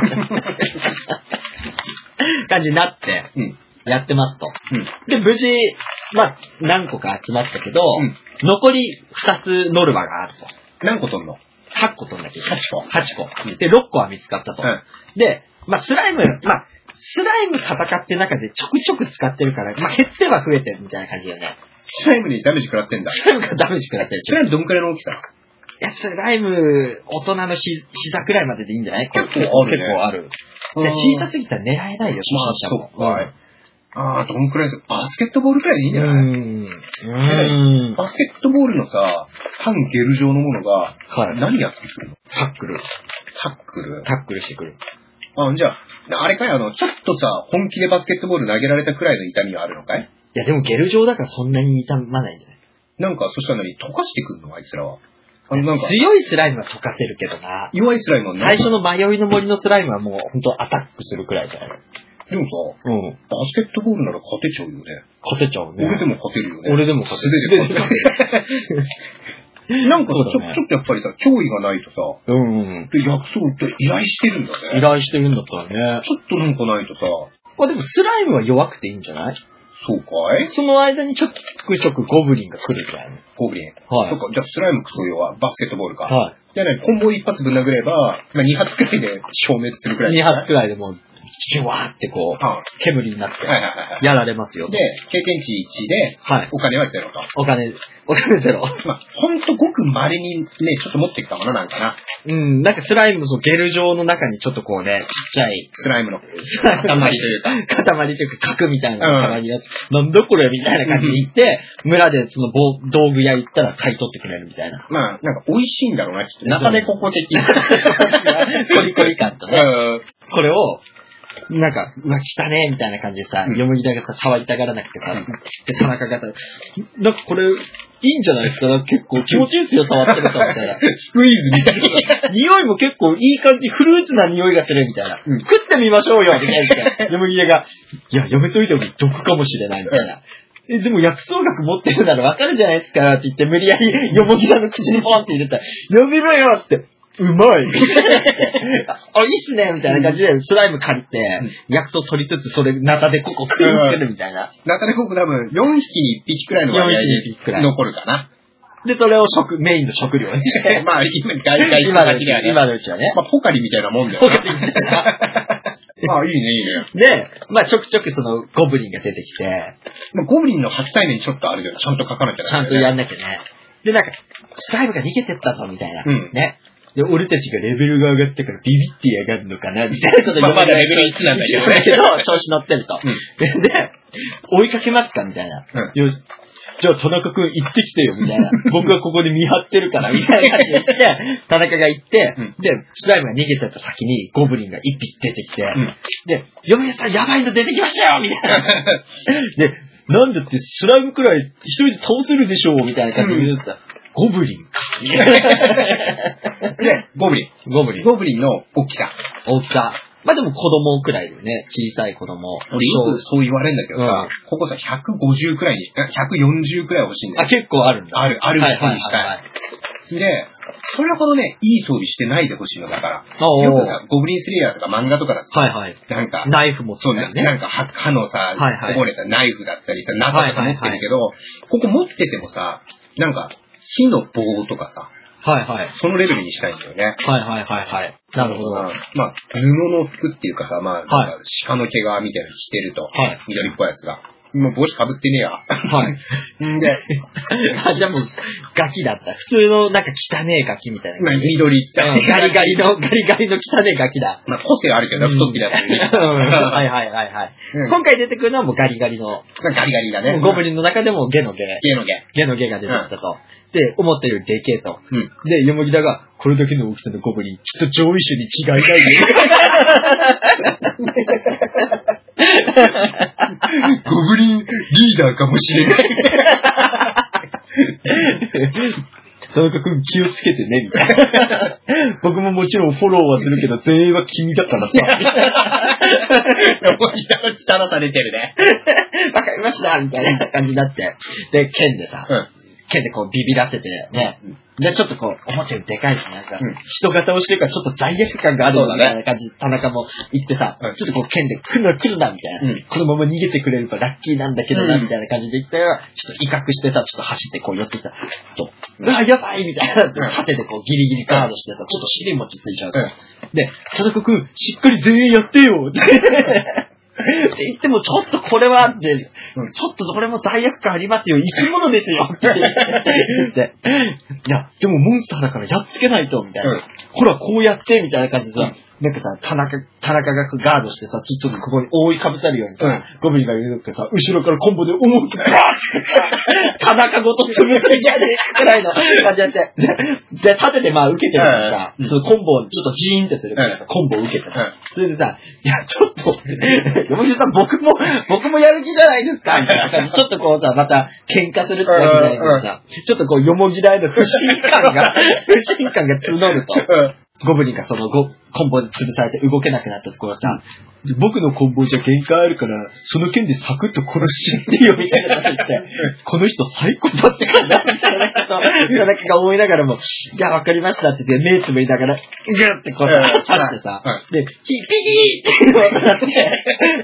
感じになって、やってますと。で、無事、まあ、何個か集まったけど、残り2つノルマがあると。 何個取んの ？8個取んなきゃいけない。 8個。 で、6個は見つかったと。で、まあ、スライム戦ってる中でちょくちょく使ってるから、まあ、減っては増えてるみたいな感じだよね。 スライムにダメージ食らってんだ。 スライムがダメージ食らってる。 スライムどんくらいの大きさ？ いや、スライム、大人の膝くらいまででいいんじゃない？ 結構ある。 小さすぎたら狙えないよ、初心者も。 どんくらいですか？バスケットボールくらいでいいんじゃない？バスケットボールのさ、半ゲル状のものが、何やってくるの？ タックルしてくる。 じゃあ、あれかいちょっとさ、本気でバスケットボール投げられたくらいの痛みはあるのかい？ いや、でもゲル状だからそんなに痛まないんじゃない？ なんか、そしたら溶かしてくるのあいつらは。 強いスライムは溶かせるけどな。 弱いスライムは最初の迷いの森のスライムはもう本当アタックするくらいじゃない？ でもさ、バスケットボールなら勝てちゃうよね。 勝てちゃうね。 俺でも勝てるよね。 俺でも勝てる。 なんかさ、ちょっとやっぱりさ、脅威がないとさ、で、薬草って依頼してるんだね。 依頼してるんだったらね。 ちょっとなんかないとさ。 でもスライムは弱くていいんじゃない？ そうかい？ その間にちょくちょくゴブリンが来るじゃん。 ゴブリン。 はい。 そっか、じゃあスライムクソ用はバスケットボールか。 はい。 じゃあね、コンボ一発ぶん殴れば、2発くらいで消滅するくらい。 2発くらいでもう、ジュワーってこう、煙になって、やられますよ。 で、経験値1で、お金はゼロと。 お金ゼロ。 まあ、ほんとごく稀にね、ちょっと持ってきたものなんかな。 なんかスライムのゲル状の中にちょっとこうね、ちっちゃい。 スライムの塊というか。 塊というか、核みたいな塊やつ。なんだこれみたいな感じで行って、村でその道具屋行ったら買い取ってくれるみたいな。 まあ、なんか美味しいんだろうな、きっと。中でここ的に。 コリコリ感とね。これを、なんか、うわ、来たねみたいな感じでさ、よもぎだがさ、触りたがらなくてさ、で、田中がさ、なんかこれ、いいんじゃないですか？結構気持ちいいですよ、触ってると、みたいな。 スクイーズみたいな。 匂いも結構いい感じ、フルーツな匂いがするみたいな。食ってみましょうよ、みたいな。よもぎだが、いや、やめといても毒かもしれない、みたいな。でも薬草学持ってるならわかるじゃないですか、って言って、無理やりよもぎだの口にポンって入れたら、やめろよって。うまいあ、いいっすねみたいな感じで、スライム借りて、薬草取りつつ、それ、ナタデココ食るみたいな。 ナタデココ多分、4匹に1匹くらいの割合で残るかな。 で、それをメインの食料にして。 まあ、今のうちはね。まあ、ポカリみたいなもんだよね。ポカリみたいな。まあ、いいね。 で、まあ、ちょくちょくその、ゴブリンが出てきて。 まあ、ゴブリンの初対面ちょっとあるけど、ちゃんと書かなきゃね。 ちゃんとやんなきゃね。で、なんか、スライムが逃げてったぞ、みたいな。ね。で、俺たちがレベルが上がってからビビってやがるのかなみたいなこと言われて。 まだレベル1なんだけど、 調子乗ってると。で、追いかけますかみたいな。よし。 じゃあ田中くん行ってきてよ、みたいな。僕がここで見張ってるから、みたいな感じで言って、田中が行って、で、スライムが逃げてった先にゴブリンが一匹出てきて、で、嫁さんやばいの出てきましたよみたいな。で、なんだってスライムくらい一人で倒せるでしょうみたいな感じで言うんですよ。ゴブリンか。 で、ゴブリンの大きさ。 まあでも子供くらいだよね。小さい子供。 俺よくそう言われるんだけどさ、ここさ、150くらいに、140くらい欲しいんだよ。 あ、結構あるんだ。 ある人にしたい。で、それほどね、いい装備してないでほしいのだから。よくさ、ゴブリンスレイヤーとか漫画とかだとさ、なんか、 ナイフ持ってるね。 なんか歯のさ、こぼれたナイフだったりさ、ナタとか持ってるけど、ここ持っててもさ、なんか、木の棒とかさ、そのレベルにしたいんだよね。 なるほど。 まあ、布の服っていうかさ、まあ、なんか鹿の毛皮みたいなの着てると、緑っぽいやつが。もう帽子かぶってねえや。 でも、ガキだった。普通のなんか汚ねえガキみたいな。 緑汚い。ガリガリの汚ねえガキだ。 まあ、個性あるけど、太っぴらやつね。 今回出てくるのはもうガリガリの。 ガリガリだね。 ゴブリンの中でもゲのゲが出てきたと。で、思ったよりでけえと。で、ヨモギダが、これだけの大きさのゴブリン、きっと上位種に違いないよ。 ゴブリンリーダーかもしれない。 田中君気をつけてね、みたいな。僕ももちろんフォローはするけど、全員は君だからさ。 ヨモギダの力されてるね。 わかりました、みたいな感じになって。で、剣でさ、剣でこうビビらせてね。で、ちょっとこう、思ったよりでかいし、なんか、人型をしてるからちょっと罪悪感があるみたいな感じで、田中も言ってさ、ちょっとこう剣で来るな、みたいな。このまま逃げてくれればラッキーなんだけどな、みたいな感じで言ったら、ちょっと威嚇してさ、ちょっと走ってこう寄ってきた。やばいみたいな。縦でこうギリギリガードしてさ、ちょっと尻餅ついちゃうと。で、田中くん、しっかり全員やってよって言っても、ちょっとこれはって、ちょっとそれも罪悪感ありますよ。生き物ですよって言って。いや、でもモンスターだからやっつけないと、みたいな。ほら、こうやって、みたいな感じでさ、なんかさ、田中がガードしてさ、ちょっとここに覆いかぶさるようにさ、ゴブリンがいるってさ、後ろからコンボで思うって、田中ごと潰せじゃねえくらいの感じやって。で、縦でまあ受けてるからさ、そのコンボをちょっとジーンってするからさ、コンボを受けてさ、それでさ、いや、ちょっと、山口さん僕もやる気じゃないですかみたいな感じ。ちょっとこうさ、また喧嘩するってわけじゃないけどさ、ちょっとこう、よもぎだへの不信感が募ると。ゴブリンがそのコンボで潰されて動けなくなったところさ、僕のコンボじゃ限界あるから、その剣でサクッと殺しちゃってよ、みたいなこと言って、この人サイコパスかな、みたいなことを、田中が思いながらも、いや、わかりましたって言って、目つぶりながら、ギュってこう刺してさ、で、ヒピーってなって、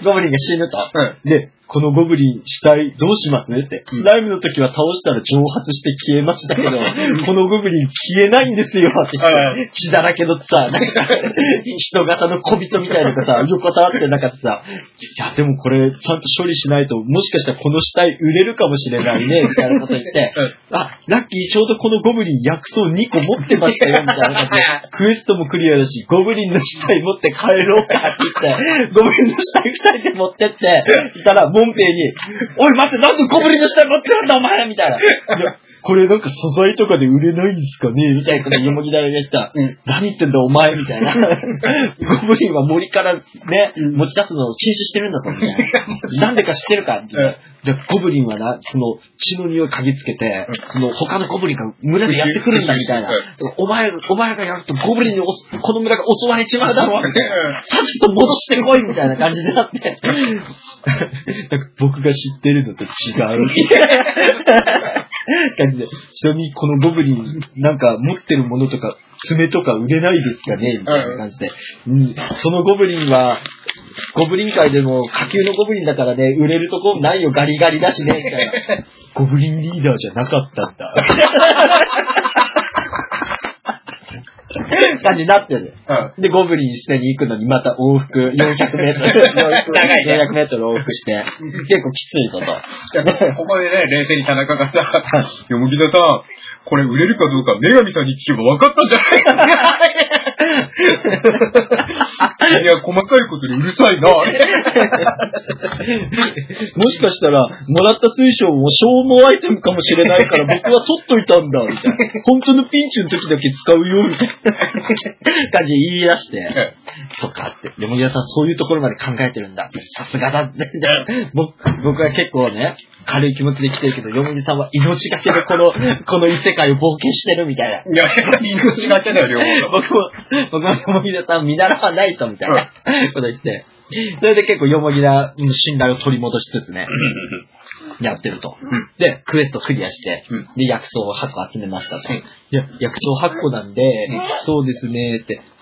ゴブリンが死ぬと。で、このゴブリン死体どうしますねって。スライムの時は倒したら蒸発して消えましたけど、このゴブリン消えないんですよって言って、血だらけのさ、なんか、人型の小人みたいなのがさ、横たわってなかったさ、いや、でもこれちゃんと処理しないと、もしかしたらこの死体売れるかもしれないね、みたいなこと言って、あ、ラッキーちょうどこのゴブリン薬草2個持ってましたよ、みたいな感じで、クエストもクリアだし、ゴブリンの死体持って帰ろうかって言って、ゴブリンの死体2人で持ってって、そしたら、モンペイに、おい待って、なんでゴブリンの死体持ってるんだお前みたいな。いや、これなんか素材とかで売れないんですかねみたいなことヨモギダが言った。何言ってんだお前みたいな。ゴブリンは森からね、持ち出すのを禁止してるんだぞみたいな。なんでか知ってるかって言って。じゃあゴブリンはな、その血の匂い嗅ぎつけて、その他のゴブリンが村でやってくるんだみたいな。お前がやるとゴブリンにこの村が襲われちまうだろうって。さっさと戻してこいみたいな感じになって。なんか僕が知ってるのと違うみたいな感じで。ちなみにこのゴブリンなんか持ってるものとか爪とか売れないですかねみたいな感じで。そのゴブリンはゴブリン界でも下級のゴブリンだからね、売れるとこないよガリガリだしねみたいな。ゴブリンリーダーじゃなかったんだ。感じになってる。で、ゴブリン捨てに行くのにまた往復400メートル。400メートル往復して、結構きついこと。 ここでね、冷静に田中がさ、よもぎださん、これ売れるかどうか女神さんに聞けば分かったんじゃないかいや、細かいことにうるさいな。もしかしたら、もらった水晶も消耗アイテムかもしれないから僕は取っといたんだ、みたいな。本当のピンチの時だけ使うよ、みたいな感じで言い出して、そっかって、よもぎださんそういうところまで考えてるんだ。さすがだって。僕は結構ね、軽い気持ちで来てるけど、よもぎさんは命がけでこの異世界を冒険してるみたいな。 いや、命がけだよ、両方。 僕もよもぎださん見習わないと、みたいなこと言って、それで結構よもぎだの信頼を取り戻しつつね、やってると。で、クエストクリアして、で、薬草8個集めましたと。いや、薬草8個なんで、そうですね、って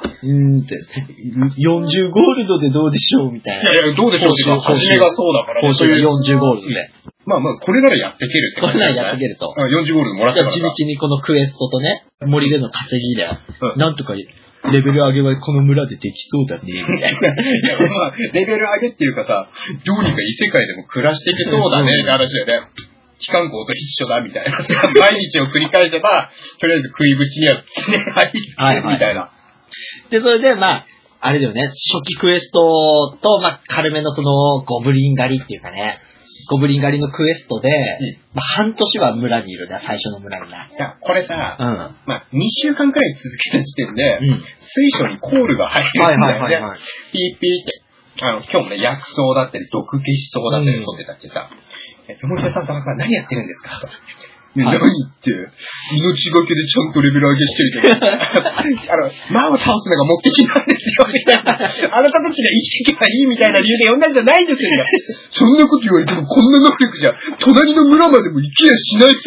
、40ゴールドでどうでしょうみたいな。 いやいや、どうでしょうっていうか、初めがそうだからね。そういう40ゴールドで。 まあ、これならやっていけるってこれならやっていけると。 40ゴールドもらったから。 地道にこのクエストとね、森での稼ぎで、なんとか、レベル上げはこの村でできそうだね、みたいな。 まあ、レベル上げっていうかさ、どうにか異世界でも暮らしていけそうだねって話だよね。機関校と一緒だみたいな。毎日を繰り返せば、とりあえず食いぶちにはね、入るみたいな。 で、それで、まあ、あれだよね、初期クエストと、まあ、軽めのその、ゴブリン狩りっていうかね、ゴブリン狩りのクエストで、まあ、半年は村にいるな、最初の村にな。 いや、これさ、まあ、2週間くらい続けた時点で、水晶にコールが入るんだよね。ピーピーって。今日もね、薬草だったり、毒消し草だったり取ってたってさ、よもぎさんと何やってるんですかと。何って、命がけでちゃんとレベル上げしてるけど、魔を倒すのが目的なんですよ、みたいな。あなたたちが生きていけばいいみたいな理由で呼んだんじゃないですよ。そんなこと言われてもこんな能力じゃ、隣の村までも行きやしない。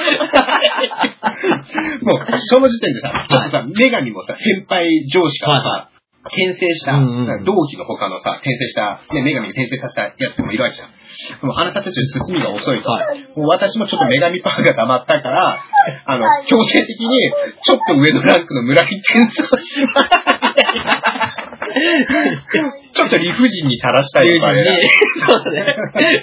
もう、その時点でさ、ちょっとさ、女神もさ、先輩上司からさ、転生した、同期の他のさ、転生した、ね、女神が転生させたやつもいるわけじゃん。でもあなたたちの進みが遅いと。もう私もちょっと女神パワーが溜まったから、強制的に、ちょっと上のランクの村に転送します。ちょっと理不尽にさらしたいとかね。そうね。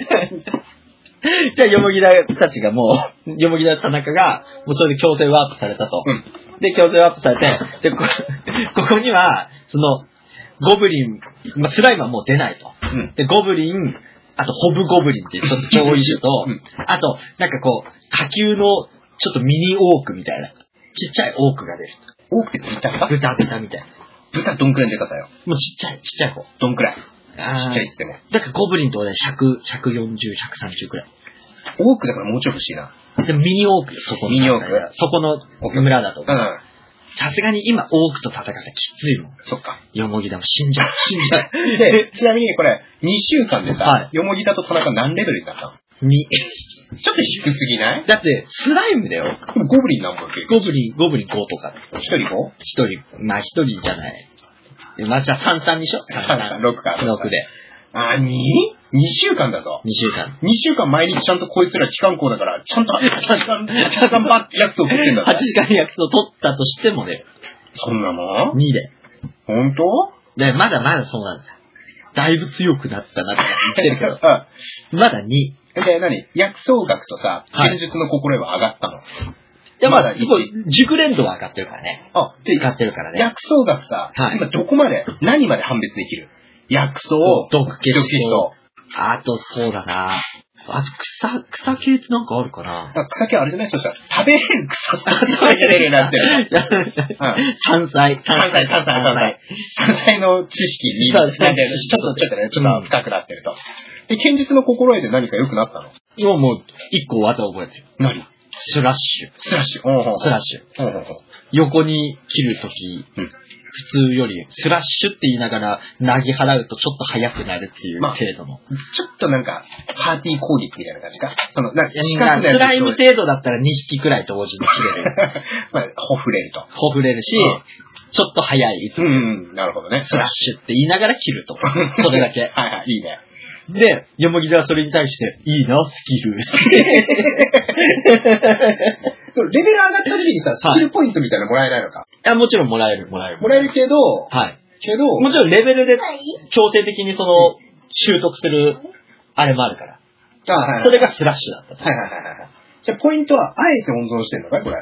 じゃあ、よもぎだたちがもう、よもぎだ田中が、もうそれで強制ワープされたと。で、強制ワープされて、で、ここには、その、ゴブリン、まあ、スライムはもう出ないと。で、ゴブリン、あと、ホブゴブリンっていうちょっと超異種と、あと、なんかこう、下級の、ちょっとミニオークみたいな、ちっちゃいオークが出る。 オークって豚みたいな。 豚どんくらいのでかさよ。 もうちっちゃい方。 どんくらい。ちっちゃいっつっても。 だからゴブリンとね、140、130くらい。 オークだからもうちょい欲しいな。 でもミニオークよ、そこの。 ミニオークそこの村だと。さすがに今オークと戦ったらきついもん。 そっか。 よもぎだも死んじゃう。 で、ちなみにこれ、2週間でさ、よもぎだと田中何レベルになったの ?2。 ちょっと低すぎないだって、スライムだよ。 ゴブリン何本ゴブリン5とか。 1人 5？ 1 人。まあ1人じゃない。まあじゃあ3でしょ ?3、6か。 6で。 2週間だぞ。 2週間。 2週間毎日ちゃんとこいつら機関校だから、ちゃんと8時間バッて薬草取ってんだ 8時間薬草取ったとしてもね。 そんなもん ?2 で。 本当？ で、まだそうなんですよ。だいぶ強くなったなって言ってるけど。まだ2。 で、薬草学とさ、剣術の心得は上がったの。 いや、まだすごい、熟練度は上がってるからね。使ってるからね。 薬草学さ、今どこまで、何まで判別できる？薬草、 毒消し草。あと、そうだな。あと、草系ってなんかあるかな？ 草系あれじゃない？そしたら、食べれる草さ食べれるなってる。 山菜の知識に、ちょっと深くなってると。で、剣術の心得で何か良くなったの？ 今もう、1個技覚えてる。 何？ スラッシュ。横に切るとき、普通よりスラッシュって言いながら投げ払うとちょっと速くなるっていう程度の。 ちょっとなんか、パーティー攻撃みたいな感じか。スライム程度だったら2匹くらい同時に切れる。 ほふれると。 ほふれるし、ちょっと速い。 なるほどね。 スラッシュって言いながら切ると。それだけ。 いいね。 で、よもぎだはそれに対して、いいな、スキル。 レベル上がった時にさ、スキルポイントみたいなのもらえないのか？ もちろんもらえるけど、 もちろんレベルで強制的にその、習得する、あれもあるから。それがスラッシュだった。 じゃあポイントは、あえて温存してんのかこれ？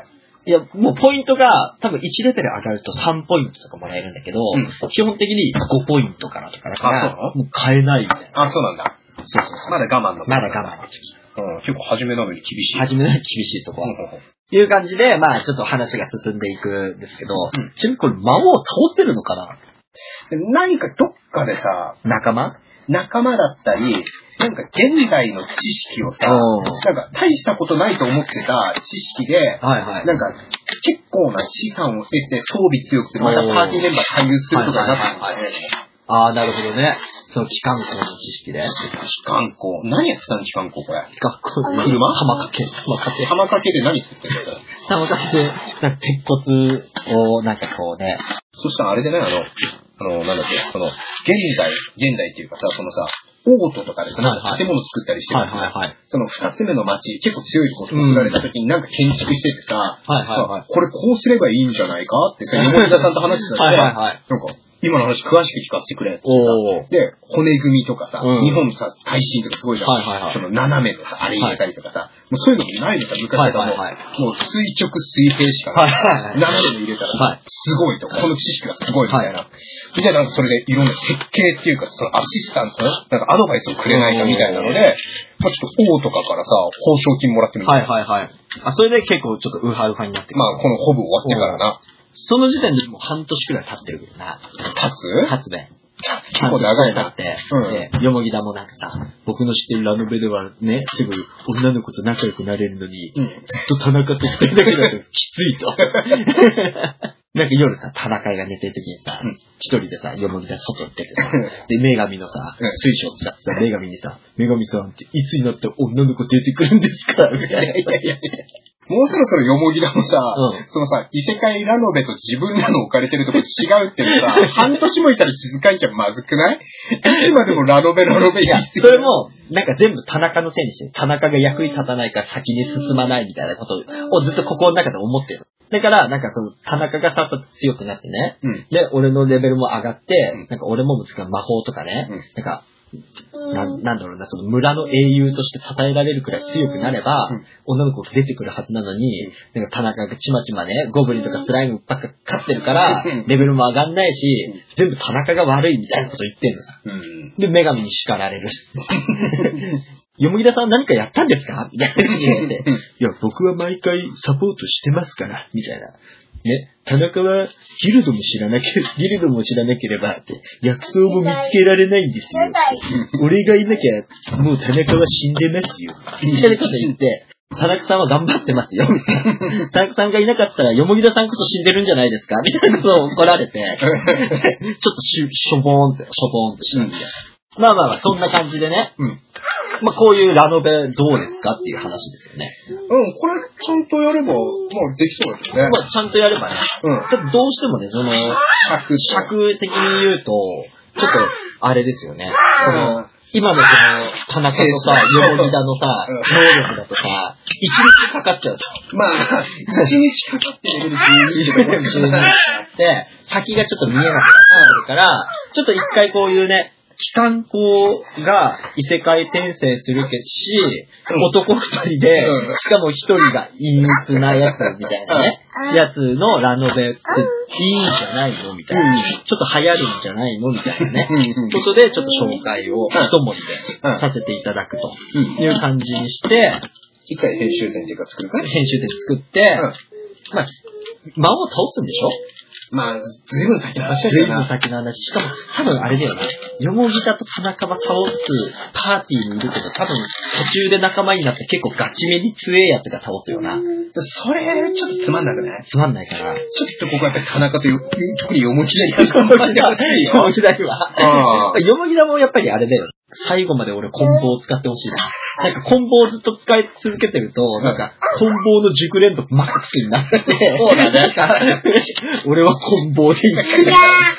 いや、もうポイントが多分1レベル上がると3ポイントとかもらえるんだけど、基本的に5ポイントからとかだから、もう買えないみたいな。 そうなんだ。そう。まだ我慢の。 まだ我慢の時。 結構初めなのに厳しい。 初めなのに厳しいとこは。いう感じで、まあちょっと話が進んでいくんですけど、ちなみにこれ魔王を倒せるのかな？ 何かどっかでさ、 仲間だったり、なんか現代の知識をさ、なんか大したことないと思ってた知識で、なんか結構な資産を得て装備強くする、またパーティーメンバー勧誘するとかになってるんですよね。 なるほどね。その機関工の知識で。 機関工。何やってたの機関工これ。 機関工。 車？ 浜掛けで何作ってるんですか？ 浜掛けで、なんか鉄骨をなんかこうね。 そしたらあれでね、なんだっけ、その、現代っていうかさ、そのさ、オートとかでさ、なんか建物作ったりしてるんですよ。その二つ目の街、結構強いところ作られた時になんか建築しててさ、これこうすればいいんじゃないかってさ、山田さんと話してたら、なんか、今の話詳しく聞かせてくれってさ。で、骨組みとかさ、日本さ、耐震とかすごいじゃん。その斜めのさ、あれ入れたりとかさ、もうそういうのもないのさ、昔からもう垂直水平しかない。斜めの入れたら、すごいと。この知識がすごいみたいな。みたいな、それでいろんな設計っていうか、そのアシスタント、なんかアドバイスをくれないかみたいなので、まあちょっと王とかからさ、報奨金もらってみる。 それで結構ちょっとウハウハになってくる。 まあこのホブ終わってからな。 その時点でもう半年くらい経ってるけどな。経つべ。 結構長いな。 で、よもぎだもなんかさ、僕の知ってるラノベではね、すぐ女の子と仲良くなれるのに、ずっと田中と二人だけだときついと。なんか夜さ、田中が寝てる時にさ、一人でさ、よもぎが外出てさ、で、女神のさ、水晶を使ってさ、女神にさ、女神さんっていつになって女の子出てくるんですかみたいな。 もうそろそろよもぎだもさ、そのさ、異世界ラノベと自分らの置かれてるところ違うっていうさ、半年もいたら気づかんきゃまずくない？いつまでもラノベいや、それも、なんか全部田中のせいにして、田中が役に立たないから先に進まないみたいなことをずっと心の中で思ってる。だから、なんかその、田中がさっさと強くなってね、で、俺のレベルも上がって、なんか俺も使う魔法とかね、なんか、なんだろうな、その村の英雄として称えられるくらい強くなれば、女の子が出てくるはずなのに、なんか田中がちまちまね、ゴブリンとかスライムばっか勝ってるから、レベルも上がんないし、全部田中が悪いみたいなこと言ってんのさ。で、女神に叱られる。よもぎださん何かやったんですかみたいな感じで言って、いや、僕は毎回サポートしてますから、みたいな。ね、田中はギルドも知らなければって、薬草も見つけられないんですよ。俺がいなきゃ、もう田中は死んでますよ。みたいなこと言って、田中さんは頑張ってますよ。田中さんがいなかったら、よもぎださんこそ死んでるんじゃないですかみたいなことを怒られて、ちょっとしょぼーんってしたんで。まあ、そんな感じでね。まあ、こういうラノベどうですかっていう話ですよね。 これちゃんとやれば、まあできそうですよね。 まあ、ちゃんとやればね。ちょっとどうしてもね、その、尺的に言うと、ちょっと、あれですよね。今のその、田中のさ、よもぎだのさ、能力だとさ、1日かかっちゃうと。 まあ、1日かかってレベル12とか12 で、先がちょっと見えなくなってるから、ちょっと一回こういうね、機関工が異世界転生するし、男二人で、しかも一人が陰鬱なやつみたいなね、やつのラノベっていいんじゃないのみたいな。ちょっと流行るんじゃないのみたいなね。ことで、ちょっと紹介を一盛りでさせていただくという感じにして、 一回編集点っていうか作るか編集点作って、まあ、魔王を倒すんでしょまあ、ずいぶん先の話だよな。ずいぶん先の話。しかも、多分あれだよね。よもぎだと田中は倒すパーティーにいるけど、多分途中で仲間になって結構ガチめに強いやつが倒すよな。 それ、ちょっとつまんなくない？ つまんないから。 ちょっとここはやっぱり田中と特によもぎだよもぎだには。よもぎだもやっぱりあれだよ。最後まで俺、棍棒を使ってほしいな。なんか、棍棒をずっと使い続けてると、なんか、棍棒の熟練度マックスになって、そうだね。俺は棍棒でいい。普通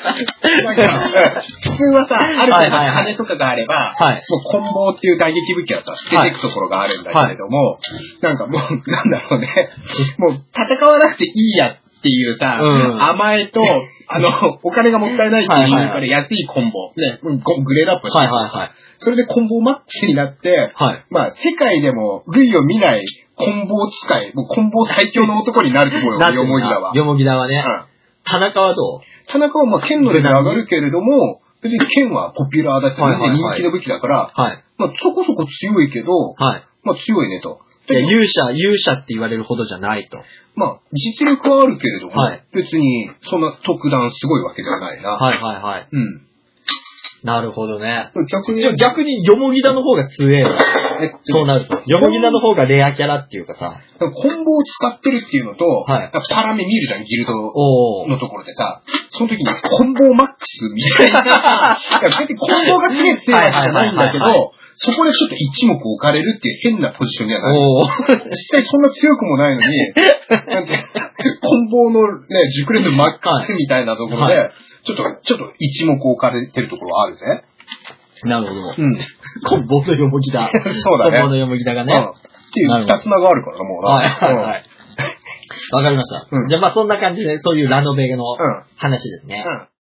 はさ、ある程度金とかがあれば、もう棍棒っていう打撃武器はさ、捨てていくところがあるんだけれども、なんかもう、なんだろうね。もう、戦わなくていいやっっていうさ、甘えと、お金がもったいないっていうから安いコンボ。ね、グレードアップして。それでコンボマックスになって、まあ、世界でも類を見ないコンボ使い、もうコンボ最強の男になるところよ、よもぎだは。 よもぎだはね。田中はどう？ 田中はまあ、剣のレベル上がるけれども、別に剣はポピュラーだし、人気の武器だから、まあ、そこそこ強いけど、まあ、強いねと。 勇者って言われるほどじゃないと。 まあ、実力はあるけれども、別に、そんな特段すごいわけではないな。うん。 なるほどね。 逆に、よもぎだの方が強えの。そうなると。よもぎだの方がレアキャラっていうかさ。 コンボを使ってるっていうのと、パラメ見るじゃん、ギルドのところでさ。その時にコンボマックスみたいな。別にコンボがすげえ強いわけじゃないんだけど、そこでちょっと一目置かれるっていう変なポジションにはない。実際そんな強くもないのに、なんて、コンボのね、熟練度マックスみたいなところで、ちょっと一目置かれてるところはあるぜ。 なるほど。コンボのよもぎだ。 そうだね。 コンボのよもぎだがね。 っていう二つ名があるからもうな。 わかりました。じゃあまあそんな感じで、そういうラノベの話ですね。